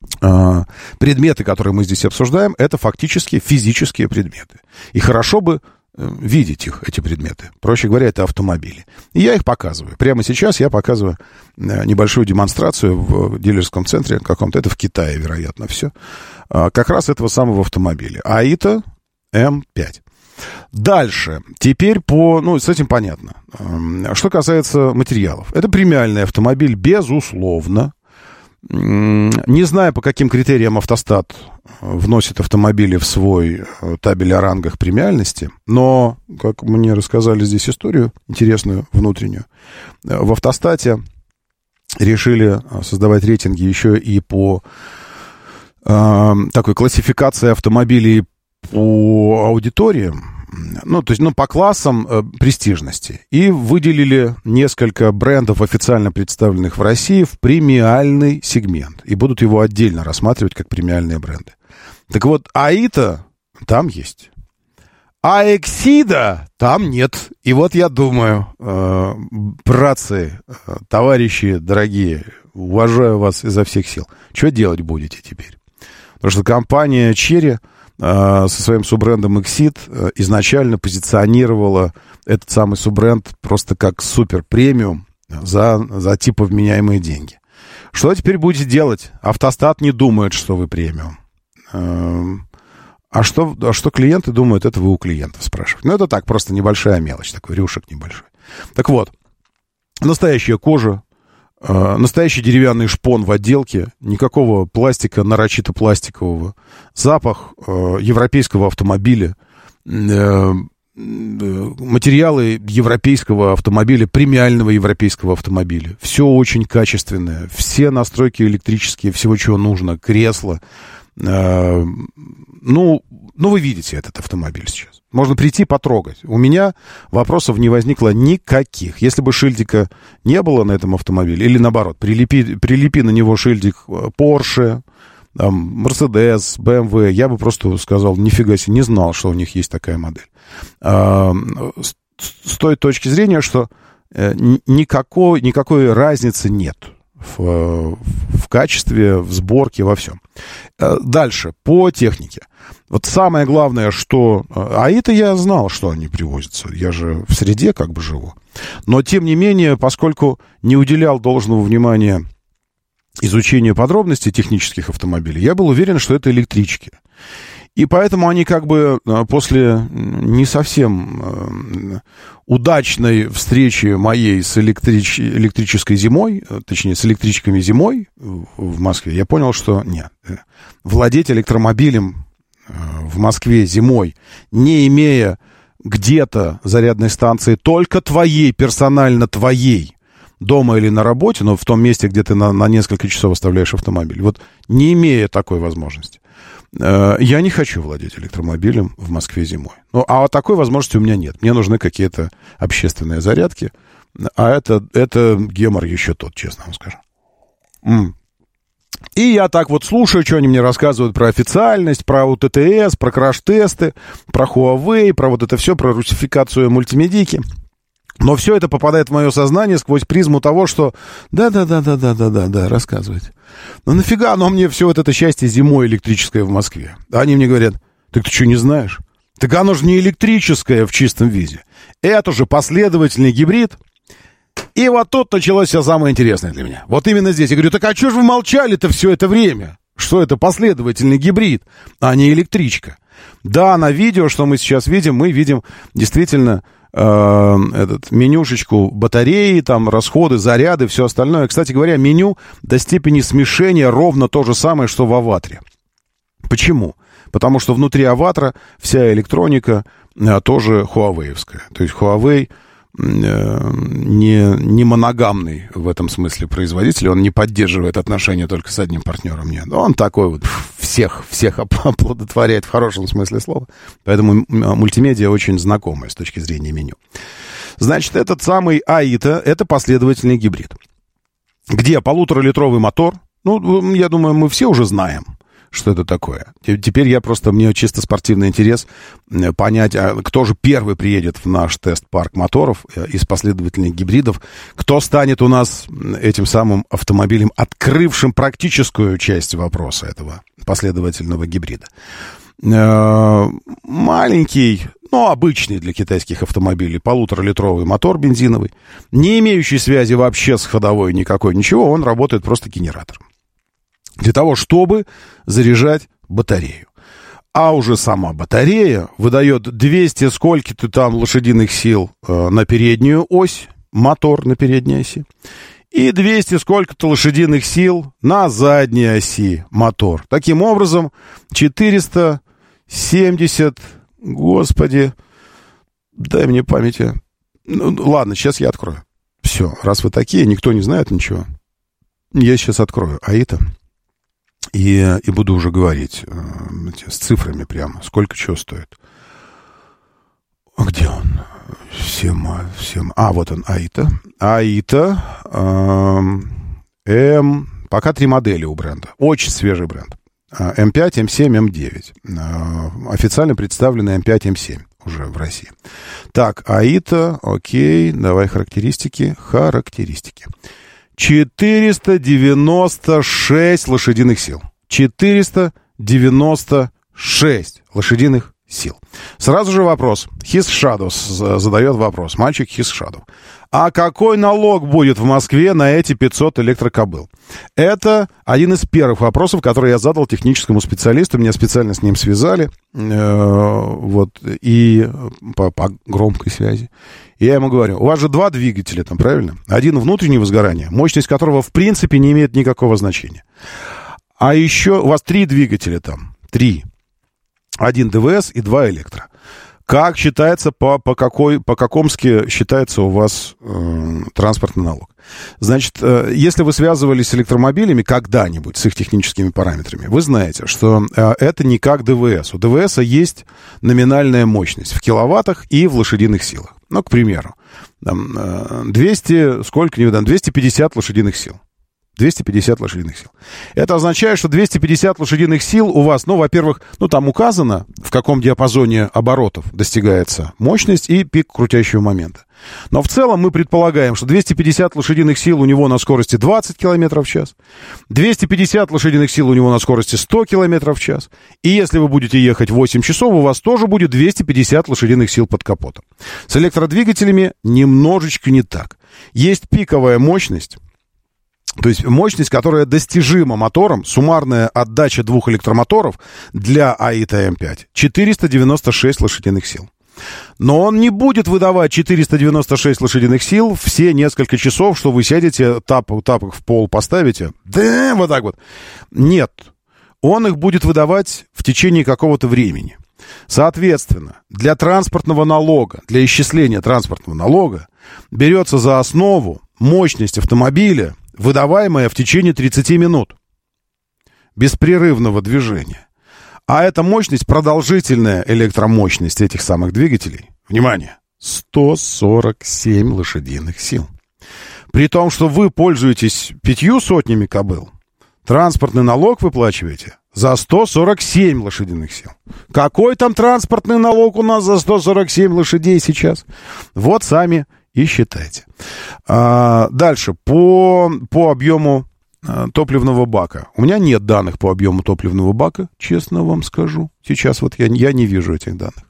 предметы, которые мы здесь обсуждаем, это фактически физические предметы. И хорошо бы видеть их, эти предметы. Проще говоря, это автомобили. И я их показываю. Прямо сейчас я показываю небольшую демонстрацию в дилерском центре каком-то. Это в Китае, вероятно, все. Как раз этого самого автомобиля. Аита М5. Дальше. Теперь с этим понятно. Что касается материалов. Это премиальный автомобиль, безусловно. Не знаю, по каким критериям автостат вносит автомобили в свой табель о рангах премиальности, но, как мне рассказали здесь историю интересную, внутреннюю, в автостате решили создавать рейтинги еще и по такой классификации автомобилей по аудиториям, по классам престижности. И выделили несколько брендов, официально представленных в России, в премиальный сегмент. И будут его отдельно рассматривать как премиальные бренды. Так вот, Аита там есть. А Эксида там нет. И вот я думаю, братцы, товарищи дорогие, уважаю вас изо всех сил. Что делать будете теперь? Потому что компания Chery со своим суббрендом Exceed изначально позиционировала этот самый суббренд просто как супер-премиум за типа вменяемые деньги. Что теперь будете делать? Автостат не думает, что вы премиум. А что клиенты думают, это вы у клиентов спрашиваете. Это так, просто небольшая мелочь, такой рюшек небольшой. Так вот, настоящая кожа, настоящий деревянный шпон в отделке, никакого пластика, нарочито пластикового, запах европейского автомобиля, материалы европейского автомобиля, премиального европейского автомобиля. Все очень качественное, все настройки электрические, всего, чего нужно, кресла. Вы видите этот автомобиль сейчас. Можно прийти потрогать. У меня вопросов не возникло никаких. Если бы шильдика не было на этом автомобиле, или наоборот, прилепи на него шильдик Porsche, Mercedes, BMW, я бы просто сказал, нифига себе, не знал, что у них есть такая модель. С той точки зрения, что никакой разницы нет в качестве, в сборке, во всем. Дальше, по технике. Вот самое главное, что... Аита я знал, что они привозятся. Я же в среде как бы живу. Но, тем не менее, поскольку не уделял должного внимания изучению подробностей технических автомобилей, я был уверен, что это электрички. И поэтому они как бы после не совсем удачной встречи моей с электрической зимой, точнее, с электричками зимой в Москве, я понял, что нет. Владеть электромобилем в Москве зимой, не имея где-то зарядной станции, только твоей, персонально твоей, дома или на работе, но в том месте, где ты на несколько часов оставляешь автомобиль, вот не имея такой возможности, я не хочу владеть электромобилем в Москве зимой. А такой возможности у меня нет. Мне нужны какие-то общественные зарядки. А это гемор еще тот, честно вам скажу. И я так вот слушаю, что они мне рассказывают про официальность, про УТТС, про краш-тесты, про Huawei, про вот это все, про русификацию мультимедийки. Но все это попадает в мое сознание сквозь призму того, что да, рассказывайте. Ну нафига оно мне все вот это счастье зимой электрическое в Москве? Они мне говорят, так ты что, не знаешь? Так оно же не электрическое в чистом виде. Это же последовательный гибрид. И вот тут началось все самое интересное для меня. Вот именно здесь. Я говорю, так а что же вы молчали-то все это время? Что это последовательный гибрид, а не электричка? Да, на видео, что мы сейчас видим, мы видим действительно менюшечку батареи, там расходы, заряды, все остальное. Кстати говоря, меню до степени смешения ровно то же самое, что в Аватре. Почему? Потому что внутри Аватра вся электроника тоже Huawei-евская. То есть Huawei не моногамный в этом смысле производитель, он не поддерживает отношения только с одним партнером, нет. Он такой вот всех оплодотворяет в хорошем смысле слова. Поэтому мультимедиа очень знакомая с точки зрения меню. Значит, этот самый Аита — это последовательный гибрид. Где 1,5-литровый мотор, я думаю, мы все уже знаем, что это такое. Теперь мне чисто спортивный интерес понять, кто же первый приедет в наш тест-парк моторов из последовательных гибридов, кто станет у нас этим самым автомобилем, открывшим практическую часть вопроса этого последовательного гибрида. Маленький, но обычный для китайских автомобилей 1,5-литровый мотор бензиновый, не имеющий связи вообще с ходовой никакой, ничего, он работает просто генератором. Для того, чтобы заряжать батарею. А уже сама батарея выдает 200 сколько-то там лошадиных сил на переднюю ось, мотор на передней оси, и 200 сколько-то лошадиных сил на задней оси, мотор. Таким образом, 470, господи, дай мне памяти. Ну, ладно, сейчас я открою. Все, раз вы такие, никто не знает ничего, я сейчас открою АИТа. И буду уже говорить с цифрами прямо, сколько чего стоит. Где он? Вот он, АИТа. АИТа. Пока 3 модели у бренда. Очень свежий бренд. М5, М7, М9. Официально представлены М5, М7 уже в России. Так, АИТа, окей, давай характеристики. 496 лошадиных сил. 496 лошадиных сил. Сразу же вопрос. His Shadows задает вопрос. Мальчик His Shadow. А какой налог будет в Москве на эти 500 электрокобыл? Это один из первых вопросов, который я задал техническому специалисту. Меня специально с ним связали. И по громкой связи. И я ему говорю, у вас же 2 двигателя там, правильно? Один внутреннее возгорание, мощность которого в принципе не имеет никакого значения. А еще у вас 3 двигателя там. 3. 1 ДВС и 2 электро. Как считается, по-какомски считается у вас транспортный налог? Значит, если вы связывались с электромобилями когда-нибудь, с их техническими параметрами, вы знаете, что это не как ДВС. У ДВС есть номинальная мощность в киловаттах и в лошадиных силах. Ну, к примеру, 250 лошадиных сил. 250 лошадиных сил. Это означает, что 250 лошадиных сил у вас, во-первых, там указано, в каком диапазоне оборотов достигается мощность и пик крутящего момента. Но в целом мы предполагаем, что 250 лошадиных сил у него на скорости 20 км в час, 250 лошадиных сил у него на скорости 100 км в час, и если вы будете ехать 8 часов, у вас тоже будет 250 лошадиных сил под капотом. С электродвигателями немножечко не так. Есть пиковая мощность, то есть мощность, которая достижима мотором, суммарная отдача 2 электромоторов для АИТа М5 496 лошадиных сил. Но он не будет выдавать 496 лошадиных сил все несколько часов, что вы сядете, тапок в пол поставите. Да, вот так вот. Нет. Он их будет выдавать в течение какого-то времени. Соответственно, для транспортного налога, для исчисления транспортного налога берется за основу мощность автомобиля, выдаваемая в течение 30 минут беспрерывного движения. А эта мощность, продолжительная электромощность этих самых двигателей, внимание, 147 лошадиных сил. При том, что вы пользуетесь 500 кобыл, транспортный налог выплачиваете за 147 лошадиных сил. Какой там транспортный налог у нас за 147 лошадей сейчас? Вот сами и считайте. Дальше, по объему топливного бака. У меня нет данных по объему топливного бака, честно вам скажу. Сейчас вот я не вижу этих данных.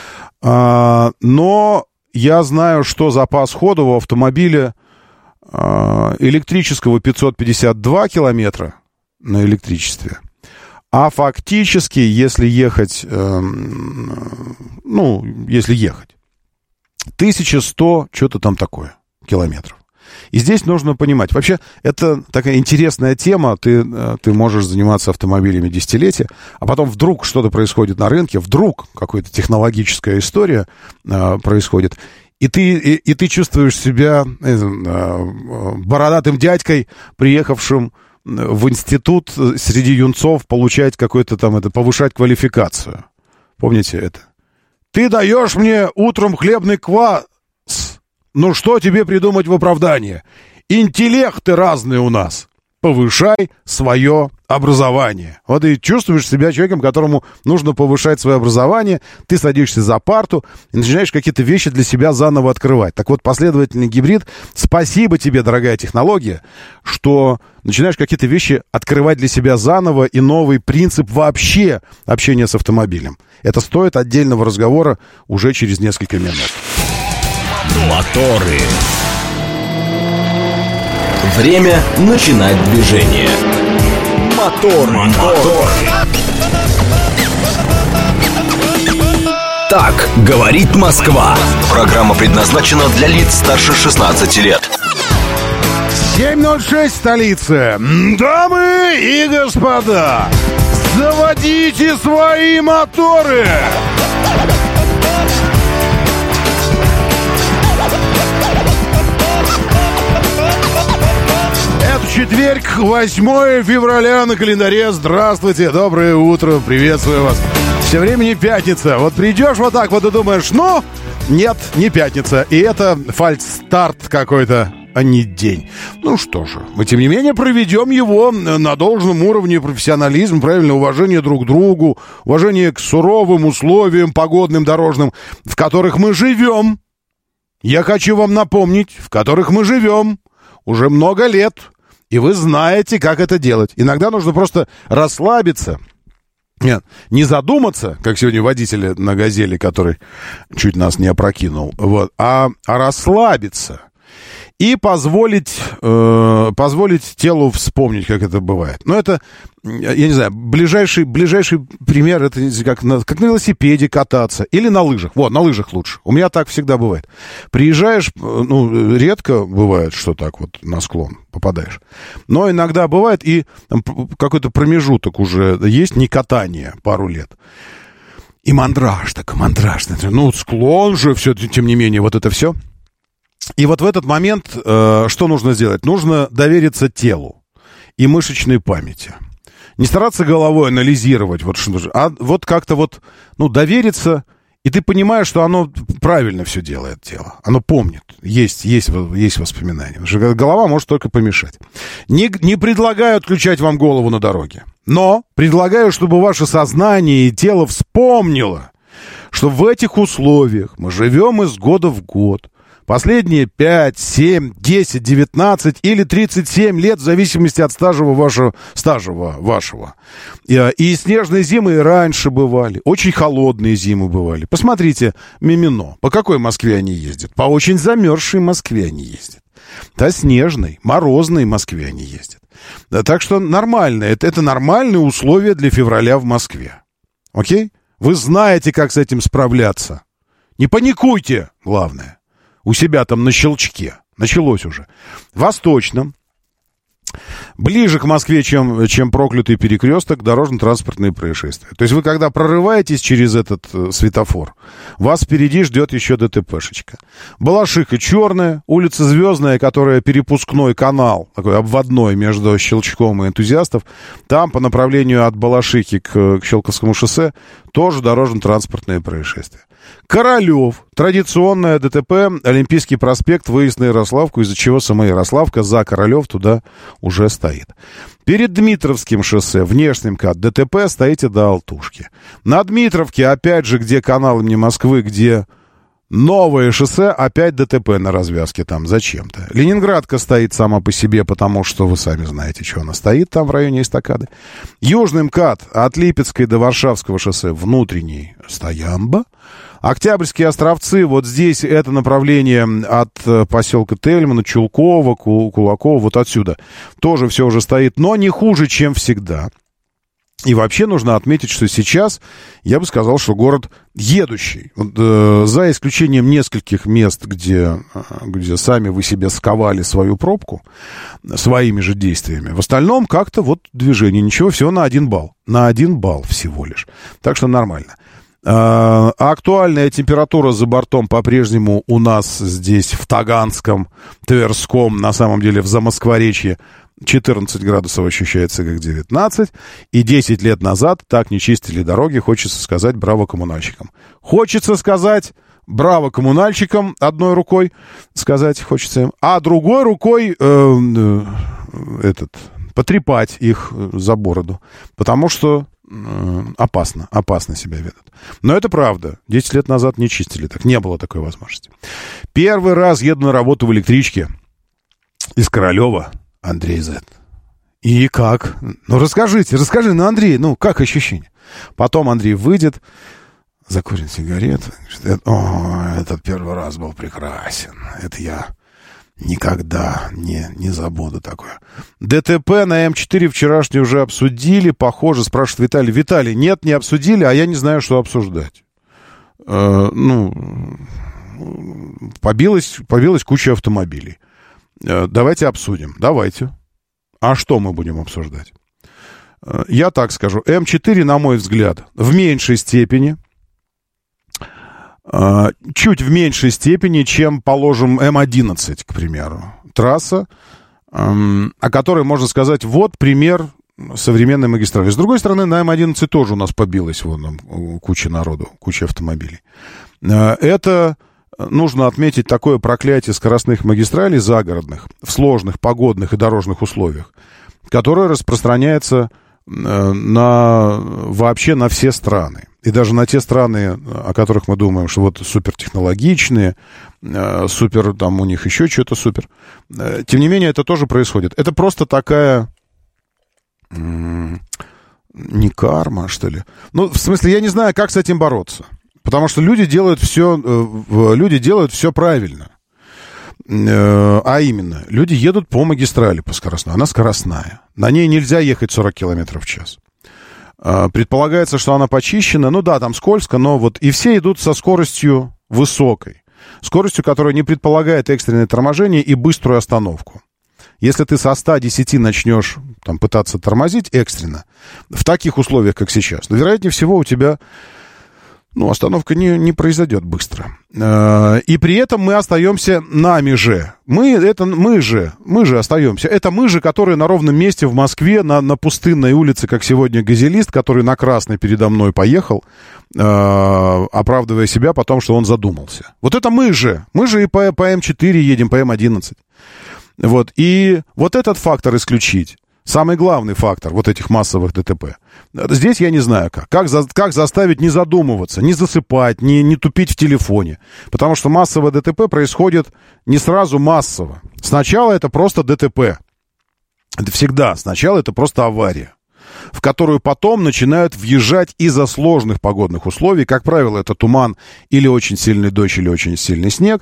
Но я знаю, что запас хода у автомобиля электрического 552 километра на электричестве. А фактически, если ехать, если ехать, 1100, что-то там такое, километров. И здесь нужно понимать, вообще, это такая интересная тема, ты можешь заниматься автомобилями десятилетия, а потом вдруг что-то происходит на рынке, вдруг какая-то технологическая история происходит, и ты чувствуешь себя бородатым дядькой, приехавшим в институт среди юнцов получать какой-то там, повышать квалификацию. Помните это? Ты даешь мне утром хлебный квас. Ну что тебе придумать в оправдание? Интеллекты разные у нас. повышай свое образование. Вот и чувствуешь себя человеком, которому нужно повышать свое образование, ты садишься за парту и начинаешь какие-то вещи для себя заново открывать. Так вот, последовательный гибрид, спасибо тебе, дорогая технология, что начинаешь какие-то вещи открывать для себя заново и новый принцип вообще общения с автомобилем. Это стоит отдельного разговора уже через несколько минут. Моторы. Время начинать движение. Мотор. Так говорит Москва. Программа предназначена для лиц старше 16 лет. 7:06 столица. Дамы и господа, заводите свои моторы! Это четверг, 8 февраля на календаре. Здравствуйте, доброе утро, приветствую вас. Все время не пятница. Вот придешь вот так вот и думаешь, ну, нет, не пятница. И это фальстарт какой-то, а не день. Ну что же, мы тем не менее проведем его на должном уровне профессионализм, правильное уважение друг к другу, уважение к суровым условиям погодным, дорожным, в которых мы живем. Я хочу вам напомнить, в которых мы живем уже много лет. И вы знаете, как это делать. Иногда нужно просто расслабиться. Нет, не задуматься, как сегодня водитель на «Газели», который чуть нас не опрокинул, вот, а расслабиться. И позволить телу вспомнить, как это бывает. Но это, я не знаю, ближайший пример, это как на велосипеде кататься или на лыжах. Вот, на лыжах лучше. У меня так всегда бывает. Приезжаешь, ну, редко бывает, что так вот на склон попадаешь. Но иногда бывает, и там какой-то промежуток уже есть, не катание, пару лет. И мандраж. Ну, склон же, все, тем не менее, вот это все. И вот в этот момент что нужно сделать? Нужно довериться телу и мышечной памяти. Не стараться головой анализировать, вот что нужно, а вот как-то вот, ну, довериться, и ты понимаешь, что оно правильно все делает, тело. Оно помнит, есть воспоминания. Потому что голова может только помешать. Не предлагаю отключать вам голову на дороге, но предлагаю, чтобы ваше сознание и тело вспомнило, что в этих условиях мы живем из года в год. Последние 5, 7, 10, 19 или 37 лет, в зависимости от стажа вашего. И снежные зимы и раньше бывали, очень холодные зимы бывали. Посмотрите, Мимино, по какой Москве они ездят? По очень замерзшей Москве они ездят. По снежной, морозной Москве они ездят. Да, так что нормально, это нормальные условия для февраля в Москве. Окей? Вы знаете, как с этим справляться. Не паникуйте, главное. У себя там на щелчке. Началось уже. Восточном. Ближе к Москве, чем проклятый перекресток, дорожно-транспортные происшествия. То есть вы, когда прорываетесь через этот светофор, вас впереди ждет еще ДТПшечка. Балашиха черная, улица Звездная, которая перепускной канал, такой обводной между Щелчком и Энтузиастов. Там по направлению от Балашихи к Щелковскому шоссе тоже дорожно-транспортные происшествия. Королев, традиционное ДТП, Олимпийский проспект, выезд на Ярославку, из-за чего сама Ярославка за Королев туда уже стоит. Перед Дмитровским шоссе, внешним МКАД, ДТП, стоите до Алтушки. На Дмитровке, опять же, где канал имени Москвы, где новое шоссе, опять ДТП на развязке там зачем-то. Ленинградка стоит сама по себе, потому что вы сами знаете, что она стоит там в районе эстакады. Южный МКАД от Липецкой до Варшавского шоссе, внутренний Стоямба. Октябрьские островцы, вот здесь это направление от поселка Тельмана, Чулкова, Кулакова, вот отсюда. Тоже все уже стоит, но не хуже, чем всегда. И вообще нужно отметить, что сейчас, я бы сказал, что город едущий. Вот, за исключением нескольких мест, где сами вы себе сковали свою пробку своими же действиями. В остальном как-то вот движение, ничего, всего на 1 балл. На 1 балл всего лишь. Так что нормально. Актуальная температура за бортом по-прежнему у нас здесь в Таганском, Тверском, на самом деле в Замоскворечье 14 градусов ощущается как 19. И 10 лет назад так не чистили дороги. Хочется сказать браво коммунальщикам. Хочется сказать браво коммунальщикам одной рукой сказать хочется им, а другой рукой потрепать их за бороду, потому что опасно себя ведут. Но это правда. 10 лет назад не чистили так, не было такой возможности. Первый раз еду на работу в электричке из Королева, Андрей З. И как? Ну, расскажи, Андрей, как ощущение? Потом Андрей выйдет, закурит сигарету, говорит, этот первый раз был прекрасен. Это я никогда не забуду такое. ДТП на М4 вчерашний уже обсудили, похоже, спрашивает Виталий. Виталий, нет, не обсудили, а я не знаю, что обсуждать. Побилась куча автомобилей. Давайте обсудим. Давайте. А что мы будем обсуждать? Я так скажу. М4, на мой взгляд, в меньшей степени, чуть в меньшей степени, чем, положим, М11, к примеру. Трасса, о которой можно сказать, вот пример современной магистрали. С другой стороны, на М11 тоже у нас побилась куча народу, куча автомобилей. Это... Нужно отметить такое проклятие скоростных магистралей загородных в сложных погодных и дорожных условиях, которое распространяется вообще на все страны. И даже на те страны, о которых мы думаем, что вот супертехнологичные, супер, там у них еще что-то супер. Тем не менее, это тоже происходит. Это просто такая... не карма, что ли? В смысле, я не знаю, как с этим бороться. Потому что люди делают все правильно. А именно, люди едут по магистрали, по скоростной. Она скоростная. На ней нельзя ехать 40 км в час. Предполагается, что она почищена. Там скользко, но и все идут со скоростью высокой. Скоростью, которая не предполагает экстренное торможение и быструю остановку. Если ты со 110 начнешь пытаться тормозить экстренно, в таких условиях, как сейчас, вероятнее всего у тебя... остановка не произойдет быстро. И при этом мы остаемся нами же. Мы же остаемся. Это мы же, которые на ровном месте в Москве, на пустынной улице, как сегодня газелист, который на красный передо мной поехал, оправдывая себя потом, что он задумался. Вот это мы же. Мы же и по М4 едем, по М11. И этот фактор исключить. Самый главный фактор этих массовых ДТП. Здесь я не знаю как. Как заставить не задумываться, не засыпать, не тупить в телефоне. Потому что массовое ДТП происходит не сразу массово. Сначала это просто ДТП. Это всегда. Сначала это просто авария, в которую потом начинают въезжать из-за сложных погодных условий. Как правило, это туман или очень сильный дождь, или очень сильный снег.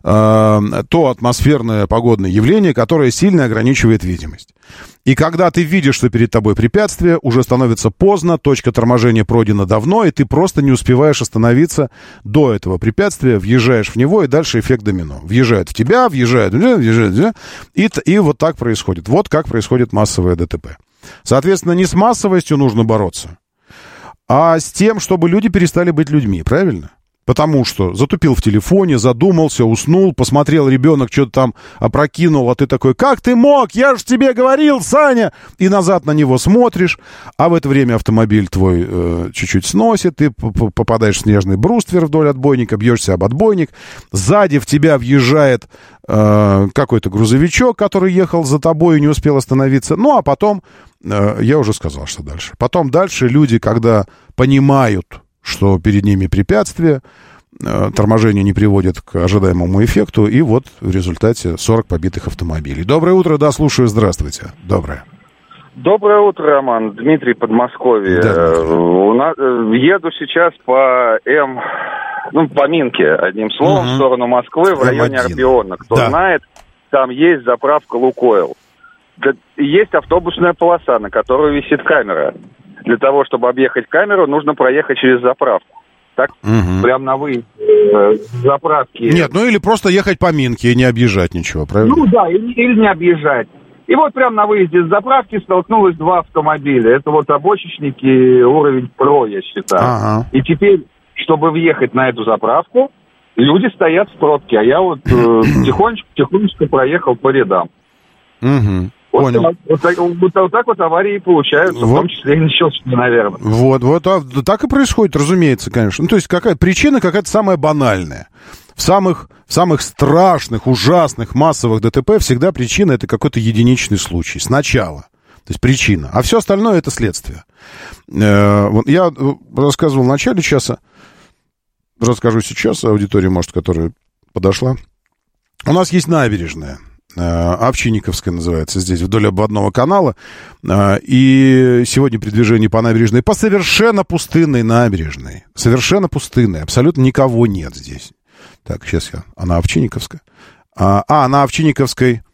То атмосферное погодное явление, которое сильно ограничивает видимость. И когда ты видишь, что перед тобой препятствие, уже становится поздно, точка торможения пройдена давно, и ты просто не успеваешь остановиться до этого препятствия, въезжаешь в него, и дальше эффект домино. Въезжают в тебя, въезжают, и вот так происходит. Вот как происходит массовое ДТП. Соответственно, не с массовостью нужно бороться, а с тем, чтобы люди перестали быть людьми, правильно? Потому что затупил в телефоне, задумался, уснул, посмотрел, ребенок что-то там опрокинул, а ты такой, как ты мог? Я же тебе говорил, Саня! И назад на него смотришь, а в это время автомобиль твой чуть-чуть сносит, ты попадаешь в снежный бруствер вдоль отбойника, бьешься об отбойник, сзади в тебя въезжает какой-то грузовичок, который ехал за тобой и не успел остановиться. А потом, я уже сказал, что дальше. Потом дальше люди, когда понимают, что перед ними препятствие, торможение не приводит к ожидаемому эффекту, и в результате 40 побитых автомобилей. Доброе утро, да, слушаю, здравствуйте. Доброе. Доброе утро, Роман. Дмитрий, Подмосковье. Да, еду сейчас по по Минке, одним словом, в сторону Москвы, в районе Арбиона. Кто знает, там есть заправка «Лукойл». Есть автобусная полоса, на которой висит камера. Для того, чтобы объехать камеру, нужно проехать через заправку. Так, прям на выезде заправки. Нет, или просто ехать по Минке и не объезжать ничего, правильно? Или не объезжать. И прям на выезде с заправки столкнулось два автомобиля. Это обочечники, уровень ПРО, я считаю. Ага. И теперь, чтобы въехать на эту заправку, люди стоят в пробке, а я тихонечко проехал по рядам. Угу. Понял. Вот так аварии получаются, в том числе и несчастные, наверное. Так и происходит, разумеется, конечно. То есть причина какая-то самая банальная. В самых страшных, ужасных, массовых ДТП всегда причина — это какой-то единичный случай. Сначала. То есть причина. А все остальное это следствие. Вот я рассказывал в начале часа, расскажу сейчас аудитории, может, которая подошла. У нас есть набережная. Овчинниковская называется, здесь вдоль обводного канала. И сегодня при движении по набережной, по совершенно пустынной набережной, совершенно пустынной, абсолютно никого нет здесь. Так, сейчас она Овчинниковская. На Овчинниковской,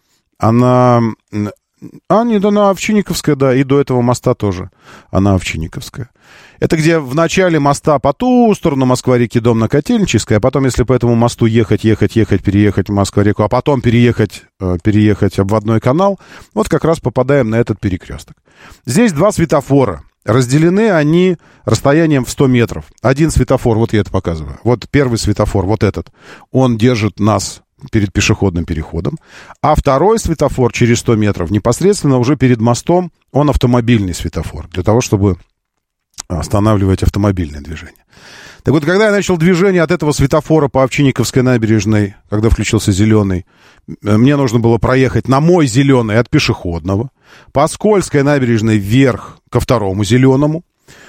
нет, она Овчинниковская, да, и до этого моста тоже она Овчинниковская. Это где в начале моста по ту сторону Москва-реки дом на Котельнической, а потом, если по этому мосту ехать, переехать в Москва-реку, а потом переехать обводной канал, вот как раз попадаем на этот перекресток. Здесь два светофора. Разделены они расстоянием в 100 метров. Один светофор, вот я это показываю. Вот первый светофор, вот этот, он держит нас перед пешеходным переходом. А второй светофор через 100 метров непосредственно уже перед мостом, он автомобильный светофор, для того, чтобы останавливать автомобильное движение. Так вот, когда я начал движение от этого светофора по Овчинниковской набережной, когда включился зеленый, мне нужно было проехать на мой зеленый от пешеходного, по Скользкой набережной вверх ко второму зеленому.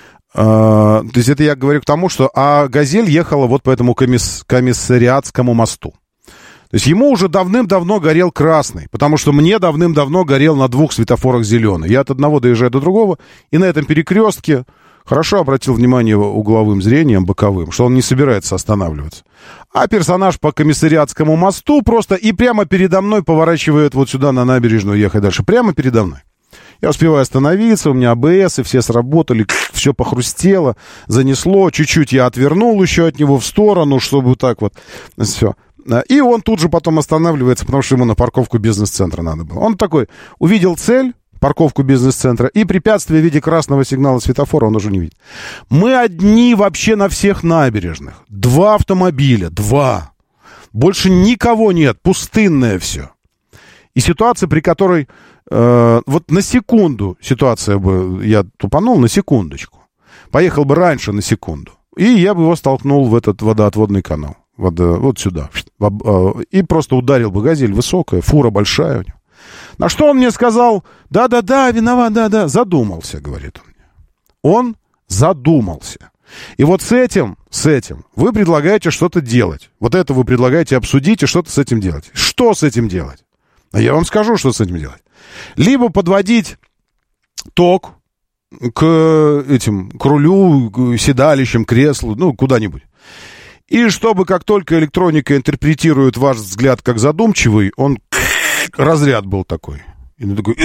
То есть это я говорю к тому, что «Газель» ехала вот по этому комиссариатскому мосту. То есть ему уже давным-давно горел красный, потому что мне давным-давно горел на двух светофорах зеленый. Я от одного доезжаю до другого, и на этом перекрестке хорошо обратил внимание угловым зрением, боковым, что он не собирается останавливаться. А персонаж по комиссариатскому мосту просто и прямо передо мной поворачивает вот сюда на набережную ехать дальше. Прямо передо мной. Я успеваю остановиться, у меня АБС, и все сработали, все похрустело, занесло. Чуть-чуть я отвернул еще от него в сторону, чтобы так вот все. И он тут же потом останавливается, потому что ему на парковку бизнес-центра надо было. Он такой, увидел цель, парковку бизнес-центра, и препятствие в виде красного сигнала светофора он уже не видит. Мы одни вообще на всех набережных. 2 автомобиля, 2. Больше никого нет, пустынное все. И ситуация, при которой, вот на секунду ситуация бы, я тупанул на секундочку. Поехал бы раньше на секунду. И я бы его столкнул в этот водоотводный канал. Вот сюда. И просто ударил бы. «Газель» высокая, фура большая у него. На что он мне сказал: да-да-да, виноват, да-да. Задумался, говорит он мне. Он задумался. И вот с этим вы предлагаете что-то делать. Вот это вы предлагаете обсудить и что-то с этим делать. Что с этим делать? А я вам скажу, что с этим делать. Либо подводить ток к рулю, к седалищам, креслу, куда-нибудь. И чтобы как только электроника интерпретирует ваш взгляд как задумчивый, он разряд был такой. И он такой: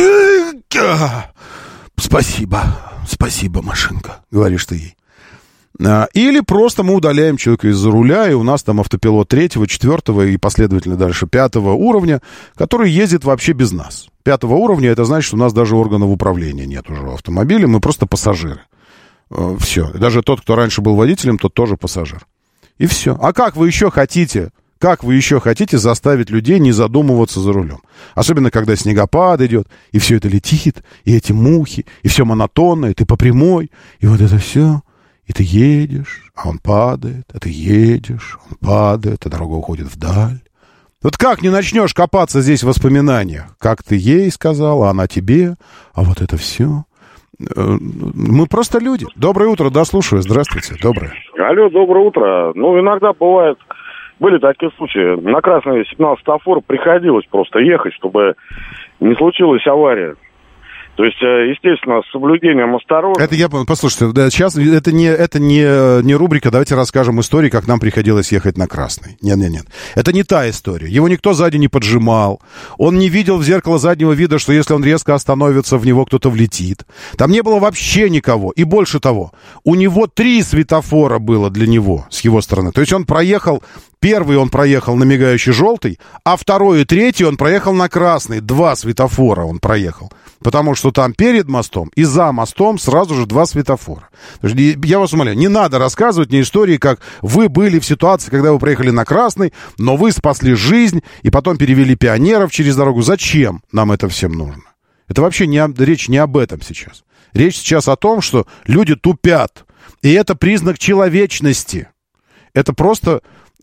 спасибо, машинка, говоришь ты ей. Или просто мы удаляем человека из-за руля, и у нас там автопилот 3-го, 4-го и последовательно дальше 5-го уровня, который ездит вообще без нас. 5-го уровня — это значит, что у нас даже органов управления нет уже в автомобиле, мы просто пассажиры. Все. Даже тот, кто раньше был водителем, тот тоже пассажир. И все. А как вы еще хотите заставить людей не задумываться за рулем? Особенно, когда снегопад идет, и все это летит, и эти мухи, и все монотонно, и ты по прямой, и вот это все. И ты едешь, а он падает, а ты едешь, он падает, а дорога уходит вдаль. Вот как не начнешь копаться здесь в воспоминаниях? Как ты ей сказала, она тебе, а вот это все. Мы просто люди. Доброе утро, да, слушаю. Здравствуйте, доброе. Алло, доброе утро. Иногда были такие случаи. На красный сигнал светофора приходилось просто ехать, чтобы не случилась авария. То есть, естественно, с соблюдением осторожности. Это я, послушайте, да, сейчас это не рубрика, давайте расскажем истории, как нам приходилось ехать на красный. Нет. Это не та история. Его никто сзади не поджимал. Он не видел в зеркало заднего вида, что если он резко остановится, в него кто-то влетит. Там не было вообще никого. И больше того, у него 3 светофора было для него, с его стороны. То есть он проехал, первый он проехал на мигающий желтый, а второй и третий он проехал на красный. 2 светофора он проехал. Потому что там перед мостом и за мостом сразу же 2 светофора. Я вас умоляю, не надо рассказывать мне истории, как вы были в ситуации, когда вы проехали на красный, но вы спасли жизнь и потом перевели пионеров через дорогу. Зачем нам это всем нужно? Это вообще речь не об этом сейчас. Речь сейчас о том, что люди тупят. И это признак человечности. Это просто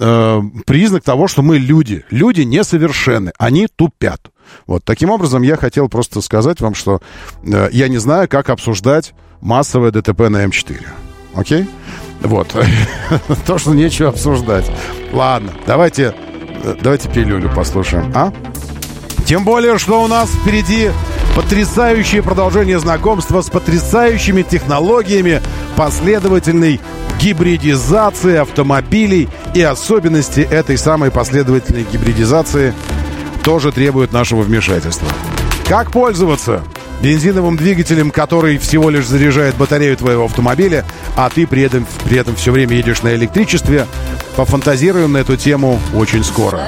признак того, что мы люди. Люди несовершенны, они тупят. Вот таким образом я хотел просто сказать вам, что я не знаю, как обсуждать массовое ДТП на М4. Окей? Вот. То, что нечего обсуждать. Ладно, давайте пилюлю послушаем, а? Тем более, что у нас впереди потрясающее продолжение знакомства с потрясающими технологиями последовательной гибридизации автомобилей, и особенности этой самой последовательной гибридизации тоже требуют нашего вмешательства. Как пользоваться бензиновым двигателем, который всего лишь заряжает батарею твоего автомобиля, а ты при этом все время едешь на электричестве? Пофантазируем на эту тему очень скоро.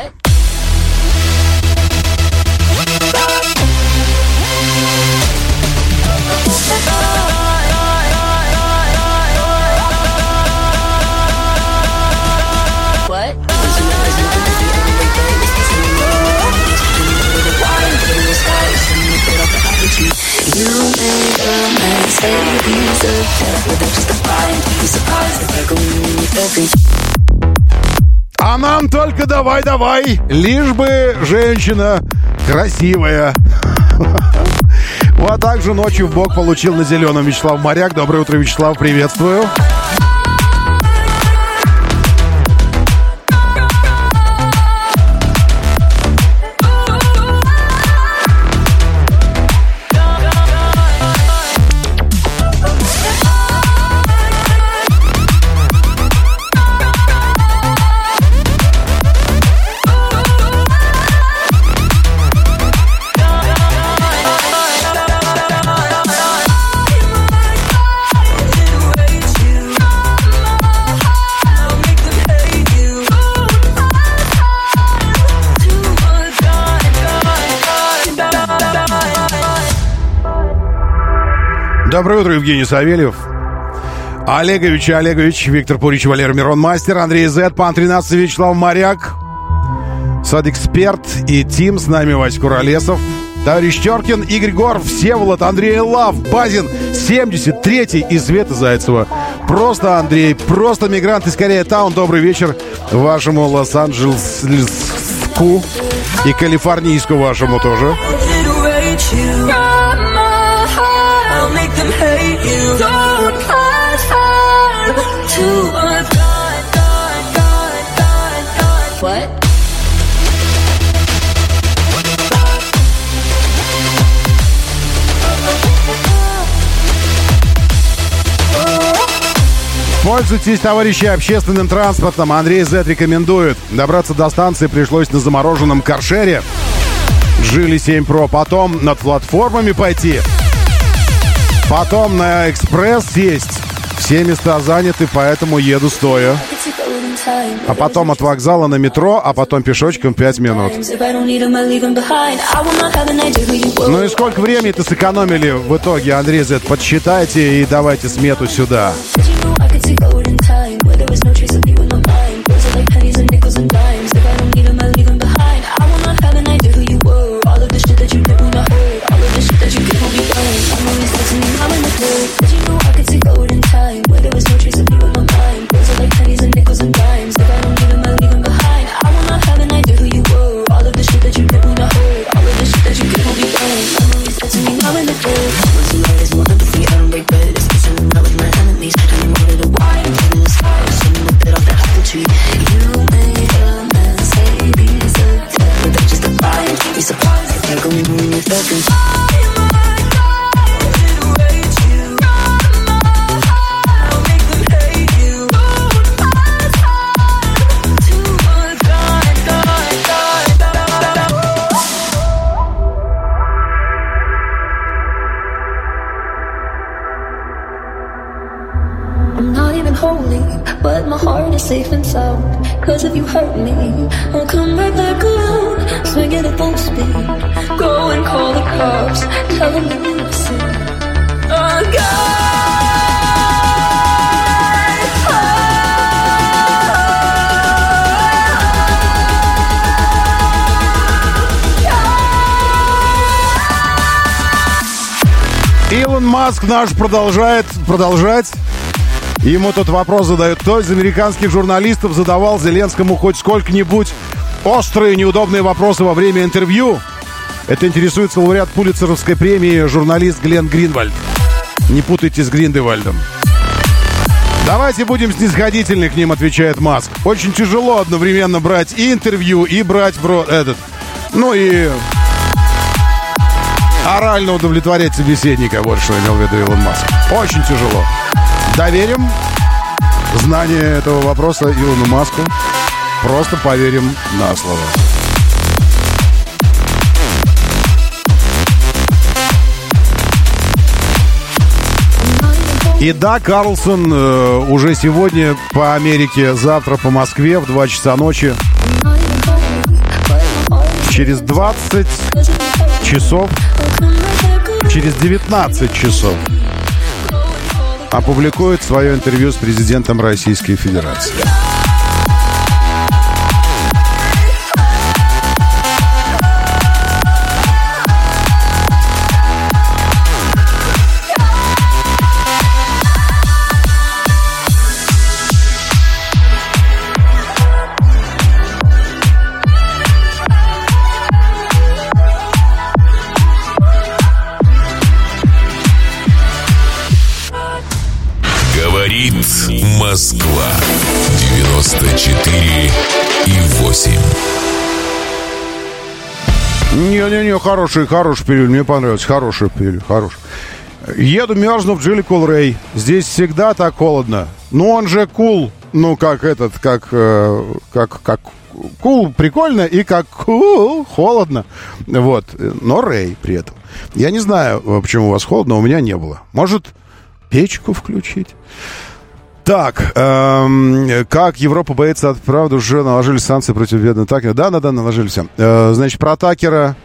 А нам только давай, лишь бы женщина красивая. Вот так же ночью в бок получил на зеленом Вячеслав Моряк. Доброе утро, Вячеслав, приветствую. Доброе утро, Евгений Савельев. Олегович, Виктор Пурич, Валерий Мирон Мастер, Андрей Зет, Пан 13, Вячеслав Моряк, Садэксперт и Тим, с нами Вася Куролесов, товарищ Теркин, Игорь Гор, Всеволод, Андрей Лав, Базин, 73-й и Света Зайцева. Просто Андрей, просто мигрант из Корея-таун. Добрый вечер вашему Лос-Анджелеску и калифорнийскому вашему тоже. What? Пользуйтесь, товарищи, общественным транспортом. Андрей Зет рекомендует. Добраться до станции пришлось на замороженном каршере. Жили 7 Pro. Потом над платформами пойти. Потом на экспресс сесть. Все места заняты, поэтому еду стоя. А потом от вокзала на метро, а потом пешочком 5 минут. Ну и сколько времени-то сэкономили в итоге, Андрей Зет? Подсчитайте и давайте смету сюда. Safe and sound, 'cause if you hurt me, I'll come right back around. Swing it at full speed, go and call the cops, tell them to listen. Oh God. Илон Маск наш продолжать Ему тут вопрос задают. Кто из американских журналистов задавал Зеленскому хоть сколько-нибудь острые, неудобные вопросы во время интервью? Это интересуется лауреат Пулитцеровской премии журналист Глен Гринвальд. Не путайте с Гриндевальдом. Давайте будем снисходительны к ним, отвечает Маск. Очень тяжело одновременно брать и интервью, и брать и орально удовлетворять собеседника. Вот что имел в виду Илон Маск. Очень тяжело. Доверим знание этого вопроса Илону Маску. Просто поверим на слово. И да, Карлсон уже сегодня по Америке, завтра по Москве в 2 часа ночи. Через 20 часов, через 19 часов опубликует свое интервью с президентом Российской Федерации. Москва 94,8. Не-не-не, хороший пилюль, мне понравился, хороший пилюль, хороший. Еду, мерзну в Джиликул Рэй. Здесь всегда так холодно. Ну, он же кул. Ну, как кул прикольно и как кул холодно. Вот, но Рэй при этом. Я не знаю, почему у вас холодно, у меня не было. Может, печку включить? Так, как Европа боится от правды, уже наложили санкции против бедного Такера. Да, наложили все. Значит, про Такера.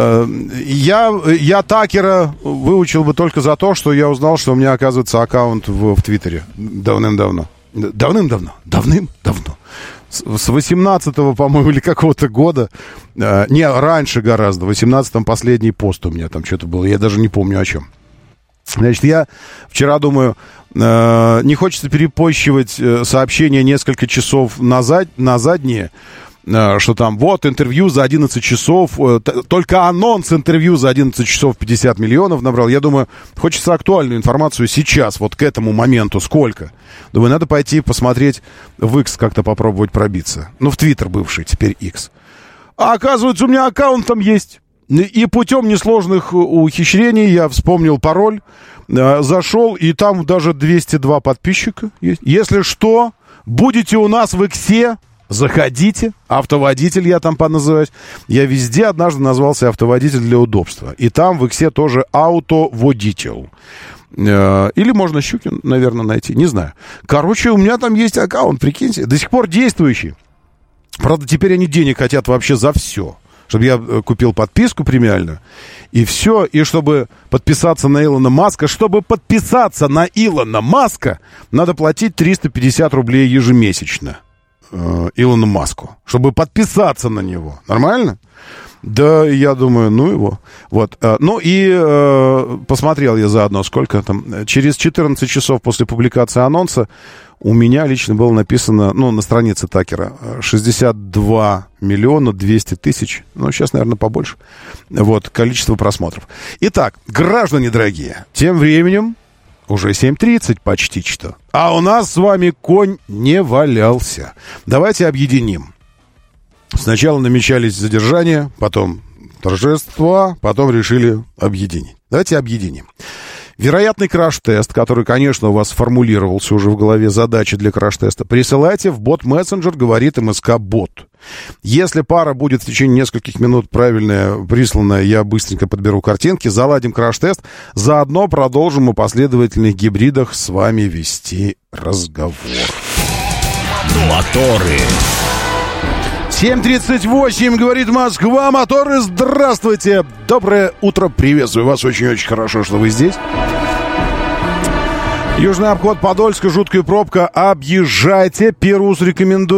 Я Такера выучил бы только за то, что я узнал, что у меня, оказывается, аккаунт в Твиттере давным-давно. Давным-давно. С 18-го, по-моему, или какого-то года. Не, раньше гораздо. В 18-м последний пост у меня там что-то было. Я даже не помню о чем. Значит, я вчера думаю, не хочется перепощивать сообщения несколько часов назад, что там вот интервью за 11 часов, только анонс интервью за 11 часов 50 миллионов набрал. Я думаю, хочется актуальную информацию сейчас, вот к этому моменту сколько. Думаю, надо пойти посмотреть в X, как-то попробовать пробиться. Ну, в Twitter бывший, теперь X. А оказывается, у меня аккаунт там есть. И путем несложных ухищрений я вспомнил пароль, зашел, и там даже 202 подписчика есть. Если что, будете у нас в Иксе, заходите. Автоводитель я там поназываюсь. Я везде однажды назвался автоводитель для удобства. И там в Иксе тоже автоводитель. Или можно Щукин, наверное, найти, не знаю. Короче, у меня там есть аккаунт, прикиньте, до сих пор действующий. Правда, теперь они денег хотят вообще за все. Чтобы я купил подписку премиальную, и все, и чтобы подписаться на Илона Маска, надо платить 350 рублей ежемесячно Илону Маску, чтобы подписаться на него. Нормально? Да, я думаю, ну его. Вот. Ну и посмотрел я заодно, сколько там. Через 14 часов после публикации анонса у меня лично было написано, ну, на странице Такера, 62 миллиона 200 тысяч, ну, сейчас, наверное, побольше, вот, количество просмотров. Итак, граждане дорогие, тем временем уже 7:30 почти что, а у нас с вами конь не валялся. Давайте объединим. Сначала намечались задержания, потом торжества, потом решили объединить. Давайте объединим. Вероятный краш-тест, который, конечно, у вас сформулировался уже в голове, задачи для краш-теста, присылайте в бот-мессенджер, говорит МСК-бот. Если пара будет в течение нескольких минут правильная присланная, я быстренько подберу картинки, заладим краш-тест, заодно продолжим о последовательных гибридах с вами вести разговор. Моторы. 7:38, говорит Москва, моторы, здравствуйте! Доброе утро, приветствую вас, очень-очень хорошо, что вы здесь. Южный обход Подольска, жуткая пробка, объезжайте, Перус рекомендует.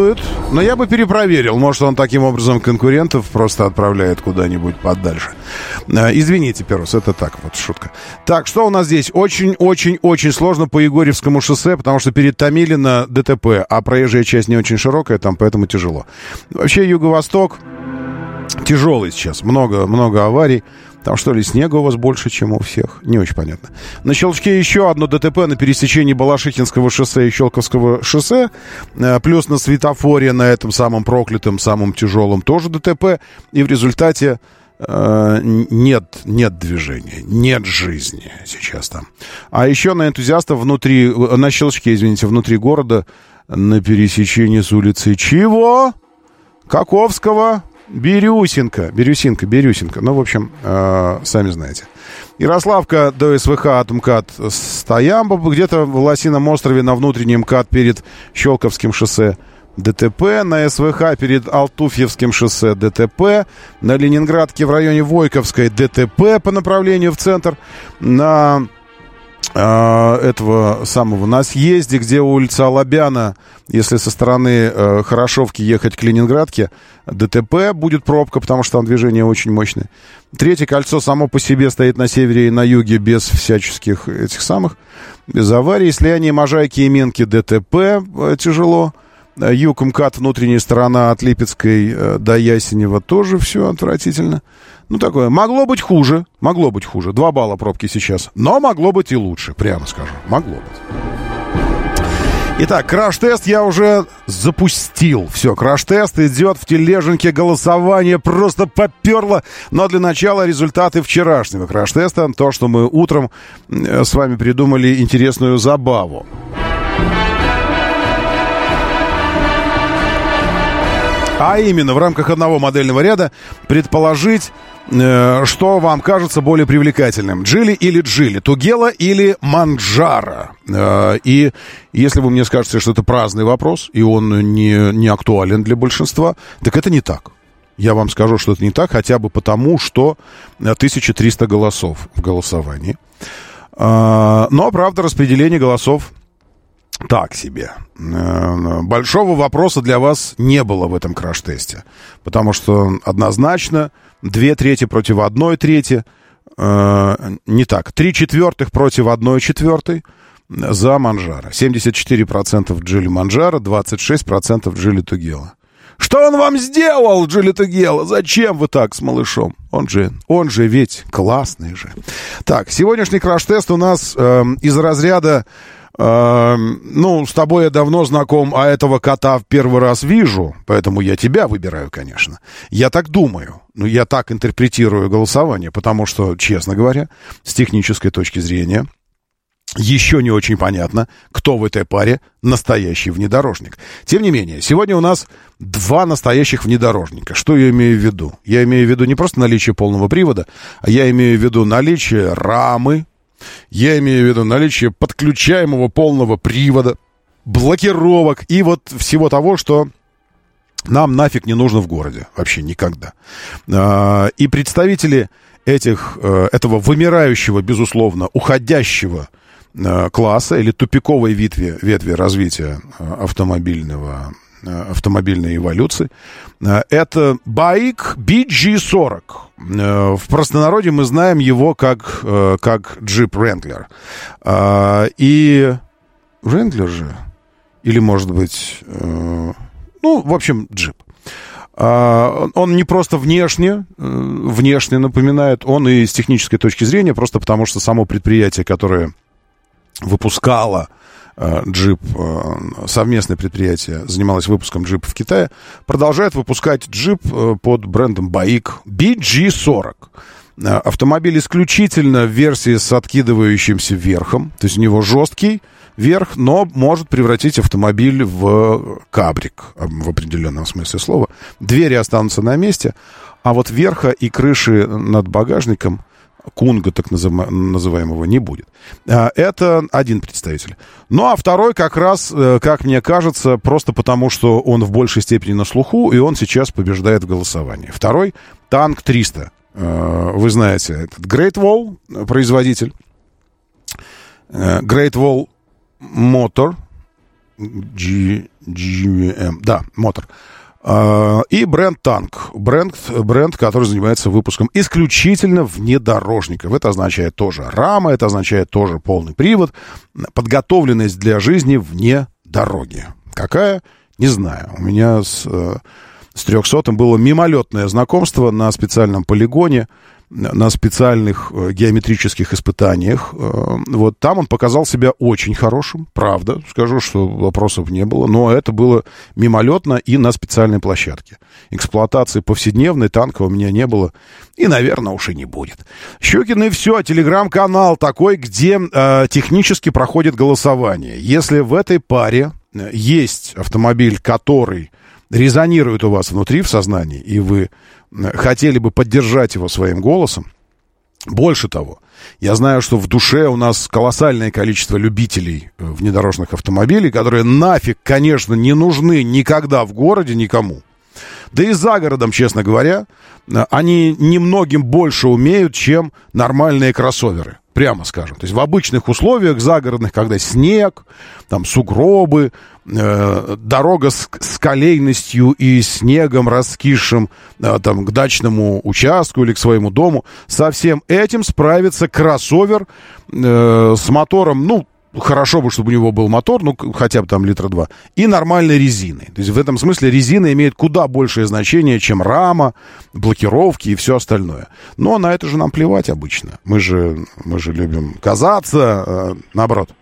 Но я бы перепроверил. Может, он таким образом конкурентов просто отправляет куда-нибудь подальше. Извините, Перус, это так, вот шутка. Так, что у нас здесь? Очень-очень-очень сложно по Егорьевскому шоссе, потому что перед Томилино ДТП, а проезжая часть не очень широкая, там поэтому тяжело. Вообще, Юго-Восток тяжелый сейчас. Много аварий. Там, что ли, снега у вас больше, чем у всех? Не очень понятно. На Щелчке еще одно ДТП на пересечении Балашихинского шоссе и Щелковского шоссе. Плюс на светофоре на этом самом проклятом, самом тяжелом тоже ДТП. И в результате нет движения, нет жизни сейчас там. А еще на энтузиастов на Щелчке, внутри города на пересечении с улицы чего? Каковского? Бирюсинка. Ну, в общем, сами знаете. Ярославка до СВХ от МКАД Стоямба. Где-то в Лосином острове на внутреннем МКАД перед Щелковским шоссе ДТП. На СВХ перед Алтуфьевским шоссе ДТП. На Ленинградке в районе Войковской ДТП по направлению в центр. На этого самого на съезде, где улица Алабяна, если со стороны Хорошовки ехать к Ленинградке, ДТП, будет пробка, потому что там движение очень мощное. Третье кольцо само по себе стоит на севере и на юге без всяческих без аварий. Слияние Можайки и Минки ДТП тяжело. Юг МКАД, внутренняя сторона от Липецкой до Ясенева тоже все отвратительно. Ну, такое. Могло быть хуже. 2 балла пробки сейчас. Но могло быть и лучше, прямо скажу. Могло быть. Итак, краш-тест я уже запустил. Все, краш-тест идет в тележеньке, голосование просто поперло. Но для начала результаты вчерашнего краш-теста. То, что мы утром с вами придумали интересную забаву. А именно, в рамках одного модельного ряда предположить, что вам кажется более привлекательным. Джили или Джили, Тугела или Манджаро. И если вы мне скажете, что это праздный вопрос, и он не актуален для большинства, так это не так. Я вам скажу, что это не так, хотя бы потому, что 1300 голосов в голосовании. Но, правда, распределение голосов так себе. Большого вопроса для вас не было в этом краш-тесте. Потому что однозначно 2/3 против 1/3. Не так. 3/4 против 1/4 за Манджаро. 74% Джили Манджаро, 26% Джили Тугела. Что он вам сделал, Джили Тугела? Зачем вы так с малышом? Он же ведь классный же. Так, сегодняшний краш-тест у нас из разряда с тобой я давно знаком, а этого кота в первый раз вижу, поэтому я тебя выбираю, конечно. Я так думаю, я так интерпретирую голосование, потому что, честно говоря, с технической точки зрения, еще не очень понятно, кто в этой паре настоящий внедорожник. Тем не менее, сегодня у нас 2 настоящих внедорожника. Что я имею в виду? Я имею в виду не просто наличие полного привода, а я имею в виду наличие рамы, я имею в виду наличие подключаемого полного привода, блокировок и вот всего того, что нам нафиг не нужно в городе. Вообще никогда. И представители этого вымирающего, безусловно, уходящего класса или тупиковой ветви развития автомобильной эволюции. Это байк BG40. В простонародье мы знаем его как Jeep Wrangler. И Wrangler же? Или, может быть... в общем, Jeep. Он не просто внешне напоминает, он и с технической точки зрения, просто потому что само предприятие, которое выпускало джип, совместное предприятие, занималось выпуском джипа в Китае, продолжает выпускать джип под брендом BAIC BG40. Автомобиль исключительно в версии с откидывающимся верхом, то есть у него жесткий верх, но может превратить автомобиль в кабрик, в определенном смысле слова. Двери останутся на месте, а вот верха и крыши над багажником, кунга так называемого, не будет. Это один представитель. Ну, а второй как раз, как мне кажется, просто потому, что он в большей степени на слуху, и он сейчас побеждает в голосовании. Второй — танк 300. Вы знаете, этот Great Wall, производитель. Great Wall Motor, Да, мотор. И бренд «Танк». Бренд, который занимается выпуском исключительно внедорожников. Это означает тоже рама, это означает тоже полный привод. Подготовленность для жизни вне дороги. Какая? Не знаю. У меня с 300-м было мимолетное знакомство на специальном полигоне, на специальных геометрических испытаниях. Вот там он показал себя очень хорошим, правда. Скажу, что вопросов не было, но это было мимолетно и на специальной площадке. Эксплуатации повседневной танка у меня не было и, наверное, уж и не будет. Щукин и все. Телеграм-канал такой, где технически проходит голосование. Если в этой паре есть автомобиль, который резонирует у вас внутри в сознании, и вы хотели бы поддержать его своим голосом, больше того, я знаю, что в душе у нас колоссальное количество любителей внедорожных автомобилей, которые нафиг, конечно, не нужны никогда в городе никому. Да и за городом, честно говоря, они немногим больше умеют, чем нормальные кроссоверы. Прямо скажем. То есть в обычных условиях загородных, когда снег, там сугробы, дорога с колейностью и снегом раскисшим там, к дачному участку или к своему дому, со всем этим справится кроссовер с мотором, ну, хорошо бы, чтобы у него был мотор, ну, хотя бы там литра 2, и нормальной резиной. То есть в этом смысле резина имеет куда большее значение, чем рама, блокировки и все остальное. Но на это же нам плевать обычно. Мы же любим казаться, наоборот,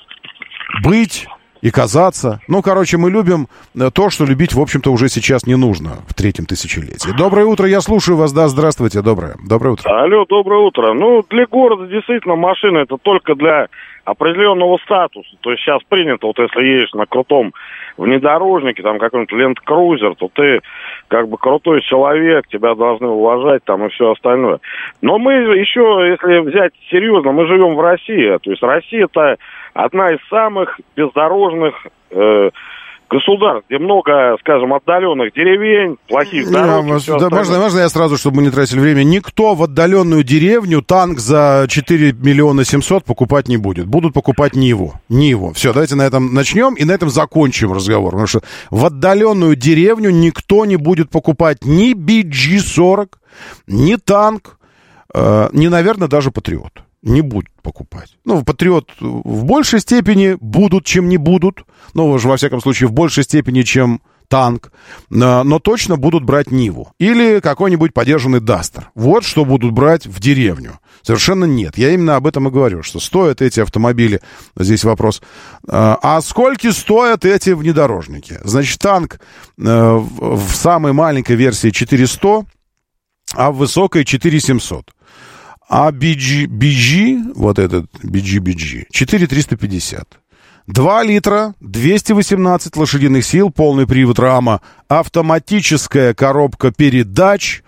быть и казаться. Ну, короче, мы любим то, что любить, в общем-то, уже сейчас не нужно в третьем тысячелетии. Доброе утро, я слушаю вас, да, здравствуйте, доброе утро. Алло, доброе утро. Ну, для города действительно машина это только для определенного статуса. То есть сейчас принято, вот если едешь на крутом внедорожнике, там какой-нибудь ленд-крузер, то ты как бы крутой человек, тебя должны уважать там и все остальное. Но мы еще, если взять серьезно, мы живем в России. То есть Россия это одна из самых бездорожных государств, где много, скажем, отдаленных деревень, плохих дорог. Да, можно я сразу, чтобы мы не тратили время? Никто в отдаленную деревню танк за 4 миллиона 700 покупать не будет. Будут покупать не его. Все, давайте на этом начнем и на этом закончим разговор. Потому что в отдаленную деревню никто не будет покупать ни BG-40, ни танк, ни, наверное, даже Патриот. Не будет покупать. Ну, Патриот в большей степени будут, чем не будут. Ну, во всяком случае, в большей степени, чем танк. Но точно будут брать Ниву. Или какой-нибудь подержанный Дастер. Вот что будут брать в деревню. Совершенно нет. Я именно об этом и говорю, что стоят эти автомобили. Здесь вопрос. А сколько стоят эти внедорожники? Значит, танк в самой маленькой версии 400, а в высокой 4700. А BG, вот этот BG, 4350. 2 литра, 218 лошадиных сил, полный привод, рама, автоматическая коробка передач,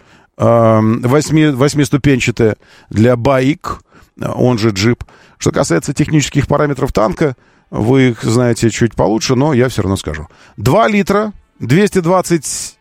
8-ступенчатая для байк, он же джип. Что касается технических параметров танка, вы их знаете чуть получше, но я все равно скажу. 2 литра, 220...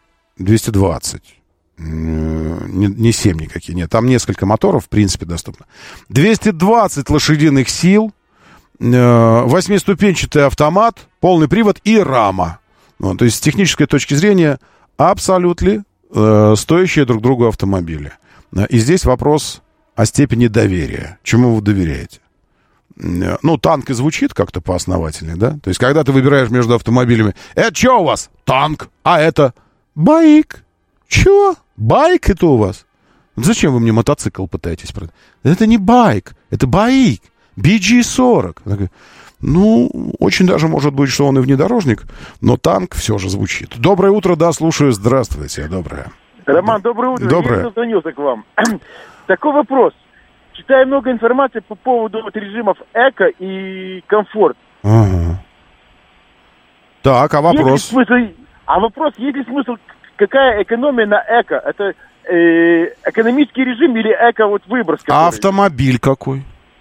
Не 7 никакие, нет. Там несколько моторов, в принципе, доступно. 220 лошадиных сил, 8-ступенчатый автомат, полный привод и рама. Вот, то есть с технической точки зрения абсолютно стоящие друг другу автомобили. И здесь вопрос о степени доверия. Чему вы доверяете? Ну, танк и звучит как-то поосновательнее, да? То есть когда ты выбираешь между автомобилями, это что у вас? Танк, а это байк. Чего? Байк это у вас? Зачем вы мне мотоцикл пытаетесь продать? Это не байк, это байк. BG-40. Ну, очень даже может быть, что он и внедорожник, но танк все же звучит. Доброе утро, да, слушаю. Здравствуйте, доброе. Роман, доброе утро. Доброе. Я дозвонился к вам. Такой вопрос. Читаю много информации по поводу режимов эко и комфорт. Ага. Так, а вопрос? Вопрос, есть ли смысл, какая экономия на эко? Это экономический режим или эко вот выброс? А автомобиль какой?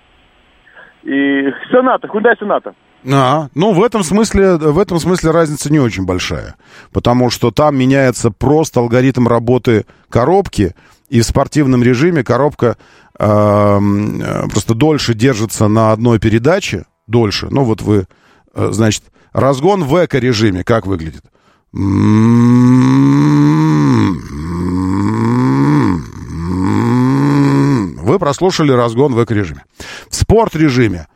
Соната, Hyundai Sonata. Ну, в этом смысле разница не очень большая. Потому что там меняется просто алгоритм работы коробки, и в спортивном режиме коробка просто дольше держится на одной передаче. Дольше. Ну, вот вы Значит, разгон в эко-режиме как выглядит? Вы прослушали разгон в эко-режиме. В спорт-режиме.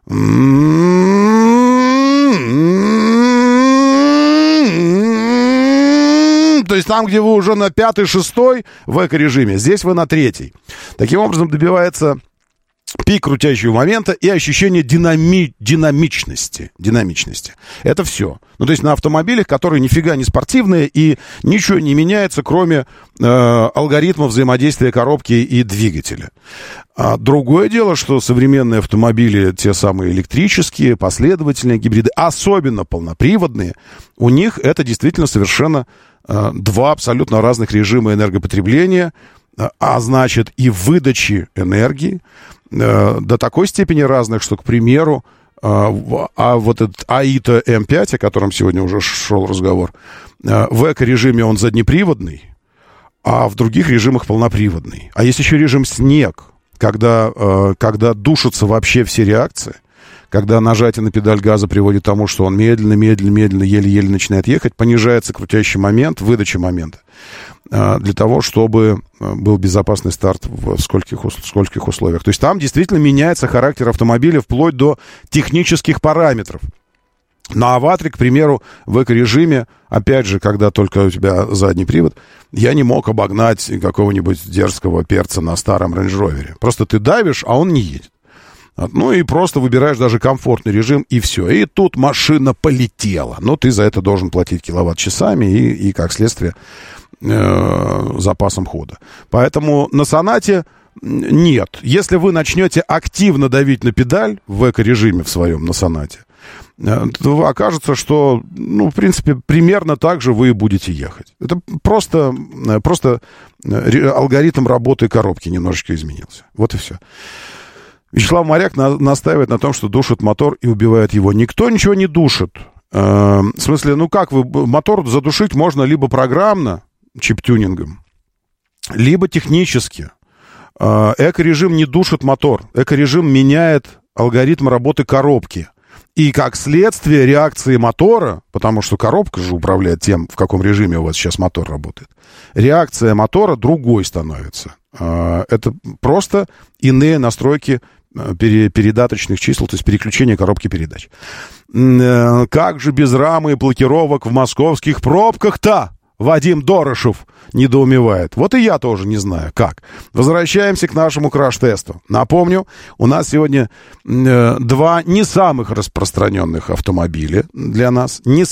То есть там, где вы уже на 5-6 в эко-режиме, здесь вы на 3. Таким образом добивается пик крутящего момента и ощущение динамичности. Это все. Ну, то есть на автомобилях, которые нифига не спортивные и ничего не меняется, кроме алгоритмов взаимодействия коробки и двигателя. А другое дело, что современные автомобили, те самые электрические, последовательные гибриды, особенно полноприводные, у них это действительно совершенно два абсолютно разных режима энергопотребления, а значит и выдачи энергии, до такой степени разных, что, к примеру, вот этот AITA M5, о котором сегодня уже шел разговор, в эко-режиме он заднеприводный, а в других режимах полноприводный. А есть еще режим снег, когда душатся вообще все реакции, когда нажатие на педаль газа приводит к тому, что он медленно, еле-еле начинает ехать, понижается крутящий момент, выдача момента, для того, чтобы был безопасный старт в скольких условиях. То есть там действительно меняется характер автомобиля вплоть до технических параметров. На Аватре, к примеру, в эко-режиме, опять же, когда только у тебя задний привод, я не мог обогнать какого-нибудь дерзкого перца на старом рейндж-ровере. Просто ты давишь, а он не едет. Ну и просто выбираешь даже комфортный режим, и все. И тут машина полетела. Но ты за это должен платить киловатт-часами и как следствие, запасом хода. Поэтому на Сонате нет. Если вы начнете активно давить на педаль в эко-режиме в своем на Сонате, то окажется, что, ну, в принципе, примерно так же вы и будете ехать. Это просто алгоритм работы коробки немножечко изменился. Вот и все. Вячеслав Моряк настаивает на том, что душит мотор и убивает его. Никто ничего не душит. В смысле, ну как мотор задушить можно либо программно, чип-тюнингом, либо технически. Эко-режим не душит мотор. Эко-режим меняет алгоритм работы коробки. И как следствие реакции мотора, потому что коробка же управляет тем, в каком режиме у вас сейчас мотор работает, реакция мотора другой становится. Это просто иные настройки передаточных чисел, то есть переключение коробки передач. Как же без рамы и блокировок в московских пробках-то? Вадим Дорошев недоумевает. Вот и я тоже не знаю, как. Возвращаемся к нашему краш-тесту. Напомню, у нас сегодня два не самых распространенных автомобиля для нас. Не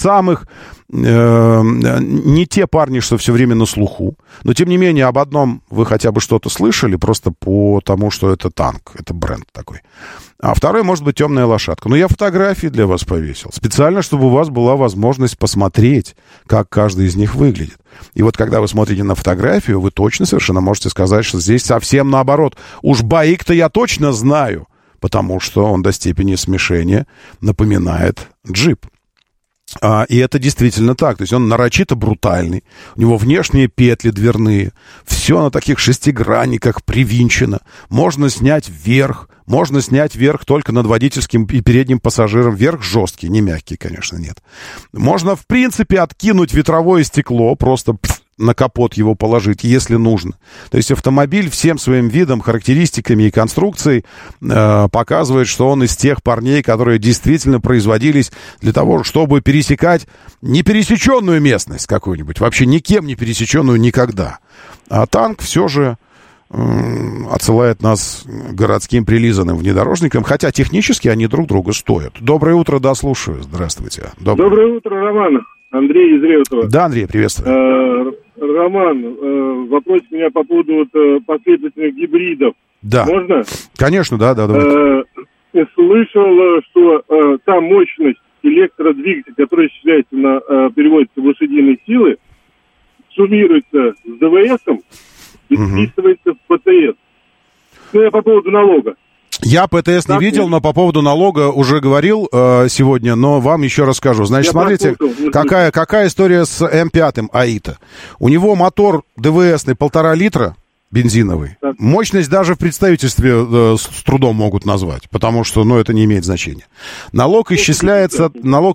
те парни, что все время на слуху. Но, тем не менее, об одном вы хотя бы что-то слышали, просто потому, что это танк. Это бренд такой. А второй, может быть, темная лошадка. Но я фотографии для вас повесил. Специально, чтобы у вас была возможность посмотреть, как каждый из них выглядит. И вот когда вы смотрите на фотографию, вы точно совершенно можете сказать, что здесь совсем наоборот. Уж Баик-то я точно знаю, потому что он до степени смешения напоминает джип. И это действительно так. То есть он нарочито брутальный. У него внешние петли дверные. Все на таких шестигранниках привинчено. Можно снять вверх. Можно снять верх только над водительским и передним пассажиром. Верх жесткий, не мягкий, конечно, нет. Можно, в принципе, откинуть ветровое стекло, просто на капот его положить, если нужно. То есть автомобиль всем своим видом, характеристиками и конструкцией показывает, что он из тех парней, которые действительно производились для того, чтобы пересекать непересеченную местность какую-нибудь, вообще никем не пересеченную никогда. А танк все же отсылает нас городским прилизанным внедорожникам, хотя технически они друг друга стоят. Доброе утро, да, слушаю. Здравствуйте. Доброе утро, Роман. Андрей из Реутова. Да, Андрей, приветствую. Роман, вопрос у меня по поводу последовательных гибридов. Да. Можно? Конечно, да. Слышал, что та мощность электродвигателя, которая переводится в лошадиные силы, суммируется с ДВСом и вписывается в ПТС. Ну, я по поводу налога. Я ПТС не видел, но по поводу налога уже говорил сегодня, но вам еще расскажу. Значит, смотрите, какая история с М5 AITA. У него мотор ДВСный 1,5 литра, бензиновый. Так. Мощность даже в представительстве с трудом могут назвать, потому что, это не имеет значения. Налог исчисляется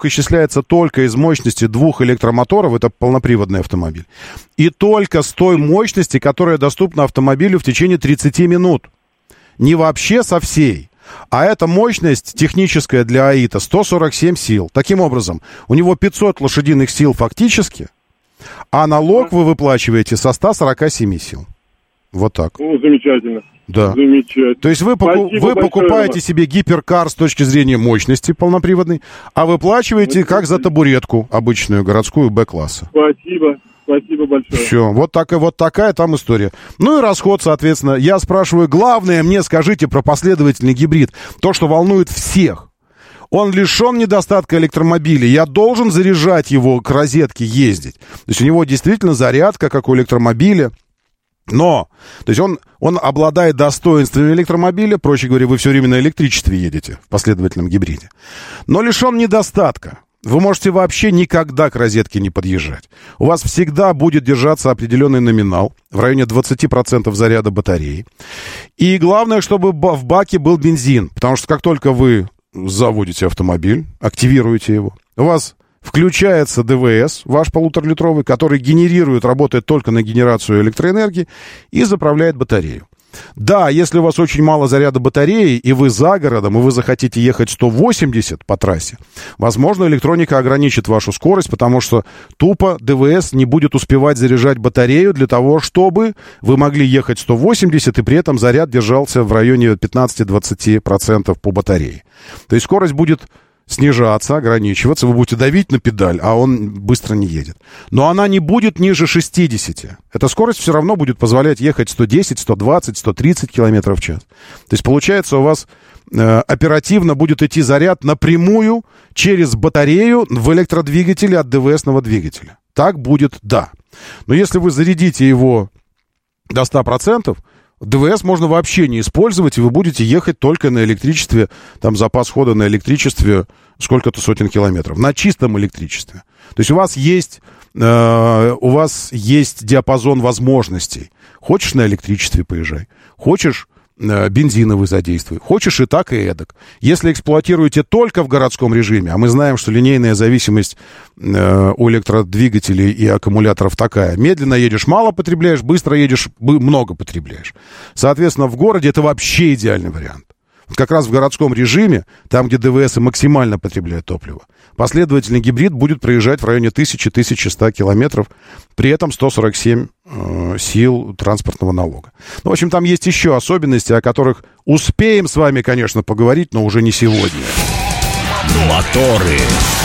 только из мощности 2 электромоторов, это полноприводный автомобиль, и только с той мощности, которая доступна автомобилю в течение 30 минут. Не вообще со всей, а эта мощность техническая для АИТа 147 сил. Таким образом, у него 500 лошадиных сил фактически, а налог вы выплачиваете со 147 сил. Вот так. Ну, замечательно. Да. Замечательно. То есть вы покупаете себе гиперкар с точки зрения мощности полноприводной, а выплачиваете как за табуретку обычную, городскую Б-класса. Спасибо большое. Все, вот такая там история. Ну и расход, соответственно. Я спрашиваю, главное мне скажите про последовательный гибрид. То, что волнует всех. Он лишен недостатка электромобилей. Я должен заряжать его к розетке, ездить. То есть у него действительно зарядка, как у электромобиля. Но, то есть он обладает достоинствами электромобиля, проще говоря, вы все время на электричестве едете в последовательном гибриде. Но лишен недостатка. Вы можете вообще никогда к розетке не подъезжать. У вас всегда будет держаться определенный номинал в районе 20% заряда батареи. И главное, чтобы в баке был бензин, потому что как только вы заводите автомобиль, активируете его, у вас включается ДВС, ваш 1,5-литровый, который генерирует, работает только на генерацию электроэнергии и заправляет батарею. Да, если у вас очень мало заряда батареи, и вы за городом, и вы захотите ехать 180 по трассе, возможно, электроника ограничит вашу скорость, потому что тупо ДВС не будет успевать заряжать батарею для того, чтобы вы могли ехать 180, и при этом заряд держался в районе 15-20% по батарее. То есть скорость будет снижаться, ограничиваться, вы будете давить на педаль, а он быстро не едет. Но она не будет ниже 60. Эта скорость все равно будет позволять ехать 110, 120, 130 км в час. То есть, получается, у вас оперативно будет идти заряд напрямую через батарею в электродвигателе от ДВСного двигателя. Так будет, да. Но если вы зарядите его до 100%, ДВС можно вообще не использовать, и вы будете ехать только на электричестве, там запас хода на электричестве сколько-то сотен километров, на чистом электричестве. То есть у вас есть диапазон возможностей. Хочешь на электричестве поезжай, хочешь бензиновый задействуй, хочешь и так, и эдак. Если эксплуатируете только в городском режиме, а мы знаем, что линейная зависимость у электродвигателей и аккумуляторов такая: медленно едешь, мало потребляешь, быстро едешь, много потребляешь. Соответственно, в городе это вообще идеальный вариант. Как раз в городском режиме, там, где ДВС максимально потребляют топливо, последовательный гибрид будет проезжать в районе 1000-1100 километров, при этом 147 сил транспортного налога. Ну, в общем, там есть еще особенности, о которых успеем с вами, конечно, поговорить, но уже не сегодня. Моторы.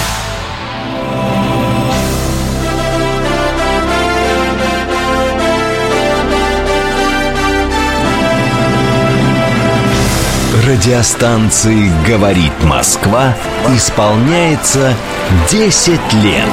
Радиостанции «Говорит Москва» исполняется 10 лет.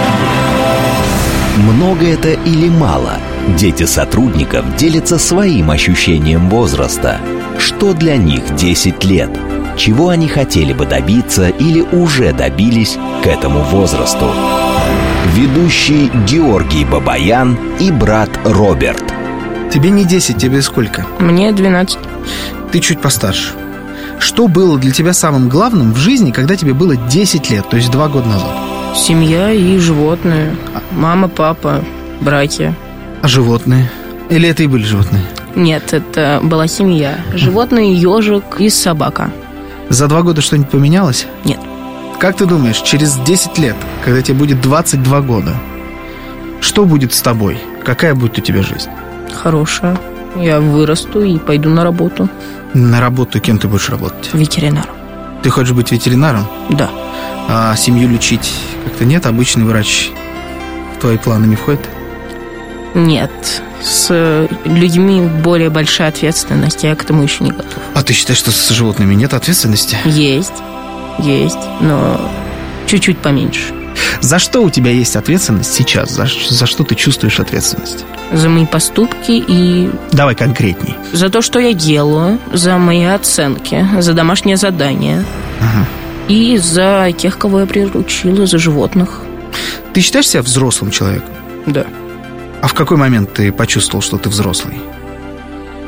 Много это или мало? Дети сотрудников делятся своим ощущением возраста. Что для них 10 лет? Чего они хотели бы добиться или уже добились к этому возрасту? Ведущий Георгий Бабаян и брат Роберт. Тебе не 10, тебе сколько? Мне 12. Ты чуть постарше. Что было для тебя самым главным в жизни, когда тебе было 10 лет, то есть 2 года назад? Семья и животные. Мама, папа, братья. А животные? Или это и были животные? Нет, это была семья. Животные, ежик и собака. За 2 года что-нибудь поменялось? Нет. Как ты думаешь, через 10 лет, когда тебе будет 22 года, что будет с тобой? Какая будет у тебя жизнь? Хорошая. Я вырасту и пойду на работу. На работу кем ты будешь работать? Ветеринаром. Ты хочешь быть ветеринаром? Да. А семью лечить как-то нет? Обычный врач в твои планы не входит? Нет. С людьми более большая ответственность, я к этому еще не готов. А ты считаешь, что с животными нет ответственности? Есть, но чуть-чуть поменьше. За что у тебя есть ответственность сейчас? За что ты чувствуешь ответственность? За мои поступки и... Давай конкретней. За то, что я делаю, за мои оценки, за домашнее задание. Ага. И за тех, кого я приручила, за животных. Ты считаешь себя взрослым человеком? Да. А в какой момент ты почувствовал, что ты взрослый?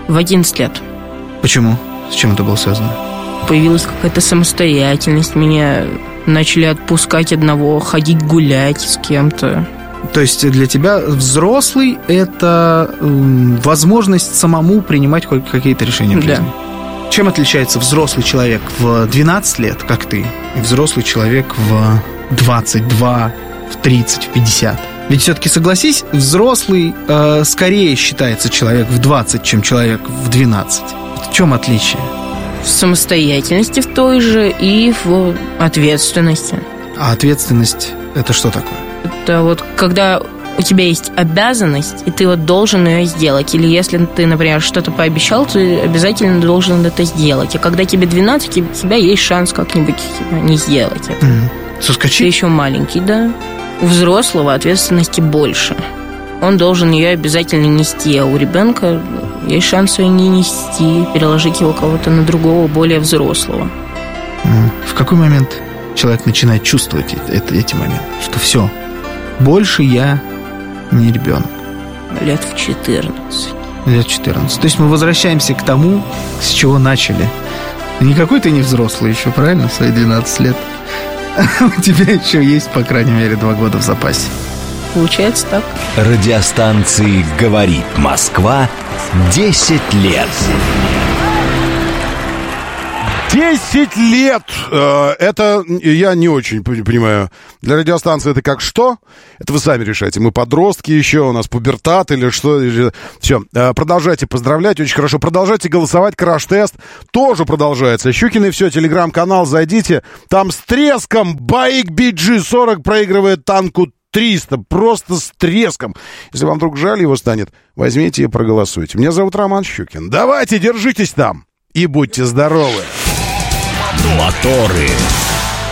В 11 лет. Почему? С чем это было связано? Появилась какая-то самостоятельность. Меня начали отпускать одного, ходить гулять с кем-то. То есть для тебя взрослый – это возможность самому принимать какие-то решения в жизни? Да. Чем отличается взрослый человек в 12 лет, как ты, и взрослый человек в 22, в 30, в 50? Ведь все-таки, согласись, взрослый скорее считается человек в 20, чем человек в 12. В чем отличие? В самостоятельности в той же и в ответственности. А ответственность – это что такое? Это вот когда у тебя есть обязанность, и ты вот должен ее сделать. Или если ты, например, что-то пообещал, ты обязательно должен это сделать. А когда тебе 12, у тебя есть шанс как-нибудь не сделать это. Соскочи. Ты еще маленький, да. У взрослого ответственности больше. Он должен ее обязательно нести, а у ребенка есть шанс ее не нести, переложить его кого-то на другого, более взрослого. В какой момент человек начинает чувствовать эти моменты? Что все, больше я не ребенок. Лет в 14. Лет в 14. То есть мы возвращаемся к тому, с чего начали. Никакой ты не взрослый еще, правильно, в свои 12 лет? У тебя еще есть, по крайней мере, 2 года в запасе. Получается так. Радиостанции «Говорит Москва» 10 лет. 10 лет! Это я не очень понимаю. Для радиостанции это как что? Это вы сами решаете. Мы подростки еще, у нас пубертат или что? Все, продолжайте поздравлять, очень хорошо. Продолжайте голосовать, краш-тест тоже продолжается. Щукины, все, телеграм-канал, зайдите. Там с треском Байк BG40 проигрывает танку 300, просто с треском. Если вам вдруг жаль его станет, возьмите и проголосуйте. Меня зовут Роман Щукин. Давайте, держитесь там и будьте здоровы. Моторы.